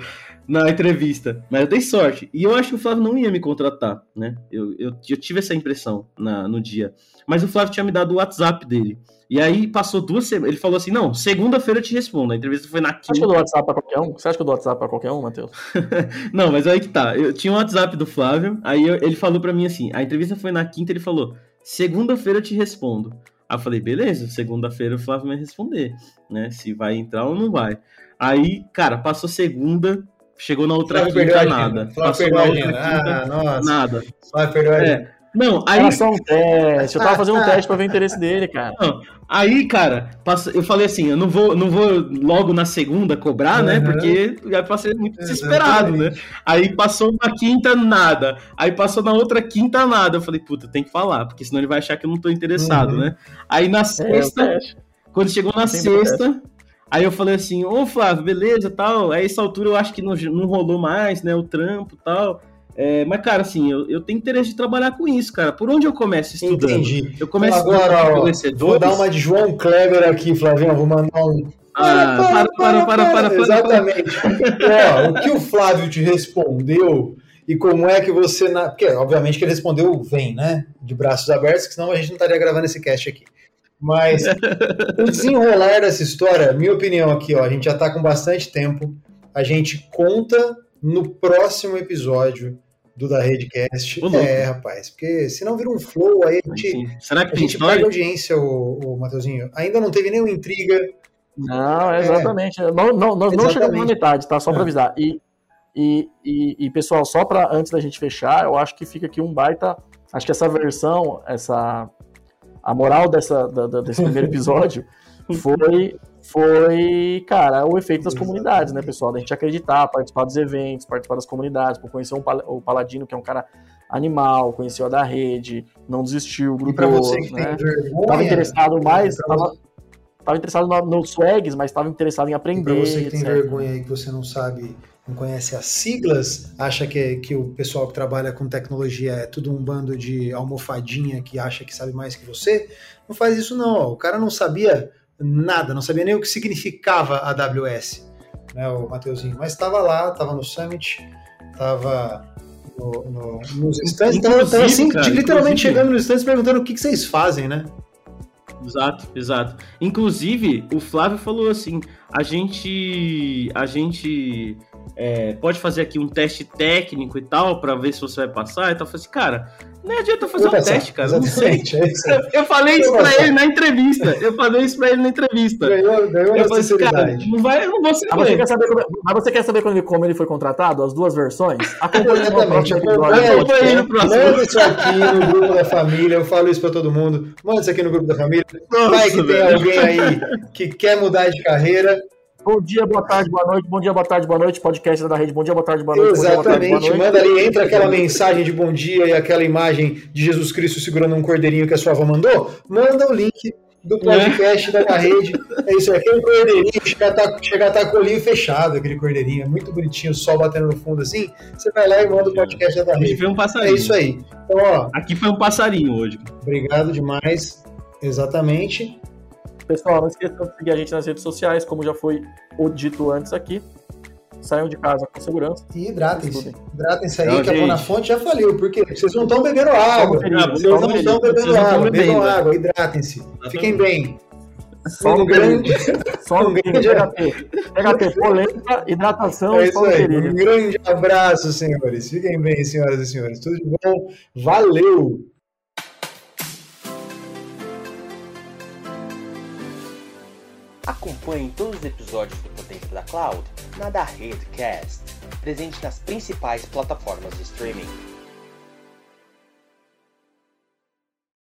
na entrevista, mas eu dei sorte. E eu acho que o Flávio não ia me contratar, né? Eu, eu, eu tive essa impressão na, no dia. Mas o Flávio tinha me dado o WhatsApp dele. E aí passou duas semanas. Ele falou assim: não, segunda-feira eu te respondo. A entrevista foi na quinta. Você acha que eu dou WhatsApp pra qualquer um? Você acha que eu dou WhatsApp pra qualquer um, Matheus? Não, mas aí que tá. Eu tinha um WhatsApp do Flávio, aí eu, ele falou pra mim assim: a entrevista foi na quinta, ele falou: segunda-feira eu te respondo. Aí eu falei: beleza, segunda-feira o Flávio vai responder, né? Se vai entrar ou não vai. Aí, cara, passou segunda, chegou na outra Flávio quinta, nada. Flávio Passou na outra quinta, quinta, ah, nossa. nada. Flávio perdeu a É. Não, aí... Era só um teste, eu tava fazendo um teste pra ver o interesse dele, cara. Não, aí, cara, eu falei assim, eu não vou, não vou logo na segunda cobrar, uhum. né, porque já passei muito desesperado, Exatamente. né. Aí passou na quinta, nada. Aí passou na outra quinta, nada. Eu falei, puta, tem que falar, porque senão ele vai achar que eu não tô interessado, uhum. né. Aí na sexta, é, quando chegou na tem sexta... Aí eu falei assim, ô Flávio, beleza, tal. Aí essa altura eu acho que não, não rolou mais, né, o trampo e tal. É, mas, cara, assim, eu, eu tenho interesse de trabalhar com isso, cara. Por onde eu começo estudando? Entendi. Eu começo agora, ó, vou dar uma de João Kleber aqui, Flavinho. Vou mandar um... Ah, para, para, para, para, para, para. Exatamente. Ó, o que o Flávio te respondeu e como é que você... Na... Porque, obviamente, que ele respondeu vem, né? De braços abertos, que senão a gente não estaria gravando esse cast aqui. Mas o desenrolar dessa história, minha opinião aqui, ó, a gente já tá com bastante tempo. A gente conta no próximo episódio do Da Redcast. É, rapaz, porque senão vira um flow, aí a gente, Será que a gente perde audiência, o, o Matheusinho. Ainda não teve nenhuma intriga. Não, exatamente. É, não, não, nós exatamente. não chegamos na metade, tá? Só para avisar. E, e, e, e, pessoal, só para antes da gente fechar, eu acho que fica aqui um baita... Acho que essa versão, essa... A moral dessa, da, da, desse primeiro episódio foi... foi, cara, o efeito das comunidades, né, pessoal? Da gente acreditar, participar dos eventos, participar das comunidades, por conhecer um, o Paladino, que é um cara animal, conheceu a da rede, não desistiu, grudou, né? Estava interessado mais, tava, tava interessado no, no swags, mas estava interessado em aprender. E pra você que tem etcétera. Vergonha aí, que você não sabe, não conhece as siglas, acha que, que o pessoal que trabalha com tecnologia é tudo um bando de almofadinha que acha que sabe mais que você, não faz isso não, ó. O cara não sabia nada, não sabia nem o que significava a AWS, né, o Matheusinho, mas estava lá, estava no Summit, estava no, no, nos stands, estava assim, cara, literalmente chegando nos stands perguntando o que, que vocês fazem, né? Exato, exato. Inclusive, o Flávio falou assim, a gente, a gente é, pode fazer aqui um teste técnico e tal, para ver se você vai passar, e tal. Eu falei assim, cara, não adianta fazer um passar. teste, cara, não sei. É eu falei isso pra ele na entrevista, eu falei isso pra ele na entrevista. Ganhou, ganhou eu falei assim, cara, não vai, eu não vou ser mas você, quer saber como, mas você quer saber como, como ele foi contratado? As duas versões? Acompanhe no próximo episódio. Manda isso aqui no grupo da família, eu falo isso pra todo mundo. Manda isso aqui no grupo da família. Nossa, vai que velho. Tem alguém aí que quer mudar de carreira. Bom dia, boa tarde, boa noite, bom dia, boa tarde, boa noite, podcast da rede, bom dia, boa tarde, boa noite. Exatamente, bom dia, boa tarde, boa noite. Manda ali, entra aquela mensagem de bom dia e aquela imagem de Jesus Cristo segurando um cordeirinho que a sua avó mandou, manda o link do podcast é. da rede, é isso aí, aquele cordeirinho, chega a estar chega tá com o olhinho fechado, aquele cordeirinho, é muito bonitinho, o sol batendo no fundo assim, você vai lá e manda o podcast da rede. Aqui foi um passarinho. É isso aí. Então, ó, aqui foi um passarinho hoje. Obrigado demais, exatamente. Pessoal, não esqueçam de seguir a gente nas redes sociais, como já foi dito antes aqui. Saiam de casa com segurança. E hidratem-se. Hidratem-se aí, não, que gente. a Bona Fonte já faliu. Por quê? Vocês não estão bebendo água. Vocês não estão bebendo água. Bebam água, hidratem-se. Fiquem bem. Só um grande... Só um grande H P. H P, polêmica, hidratação é isso aí. Um grande abraço, senhores. Fiquem bem, senhoras e senhores. Tudo de bom. Valeu! Acompanhe todos os episódios do Potência da Cloud na Da Redcast, presente nas principais plataformas de streaming.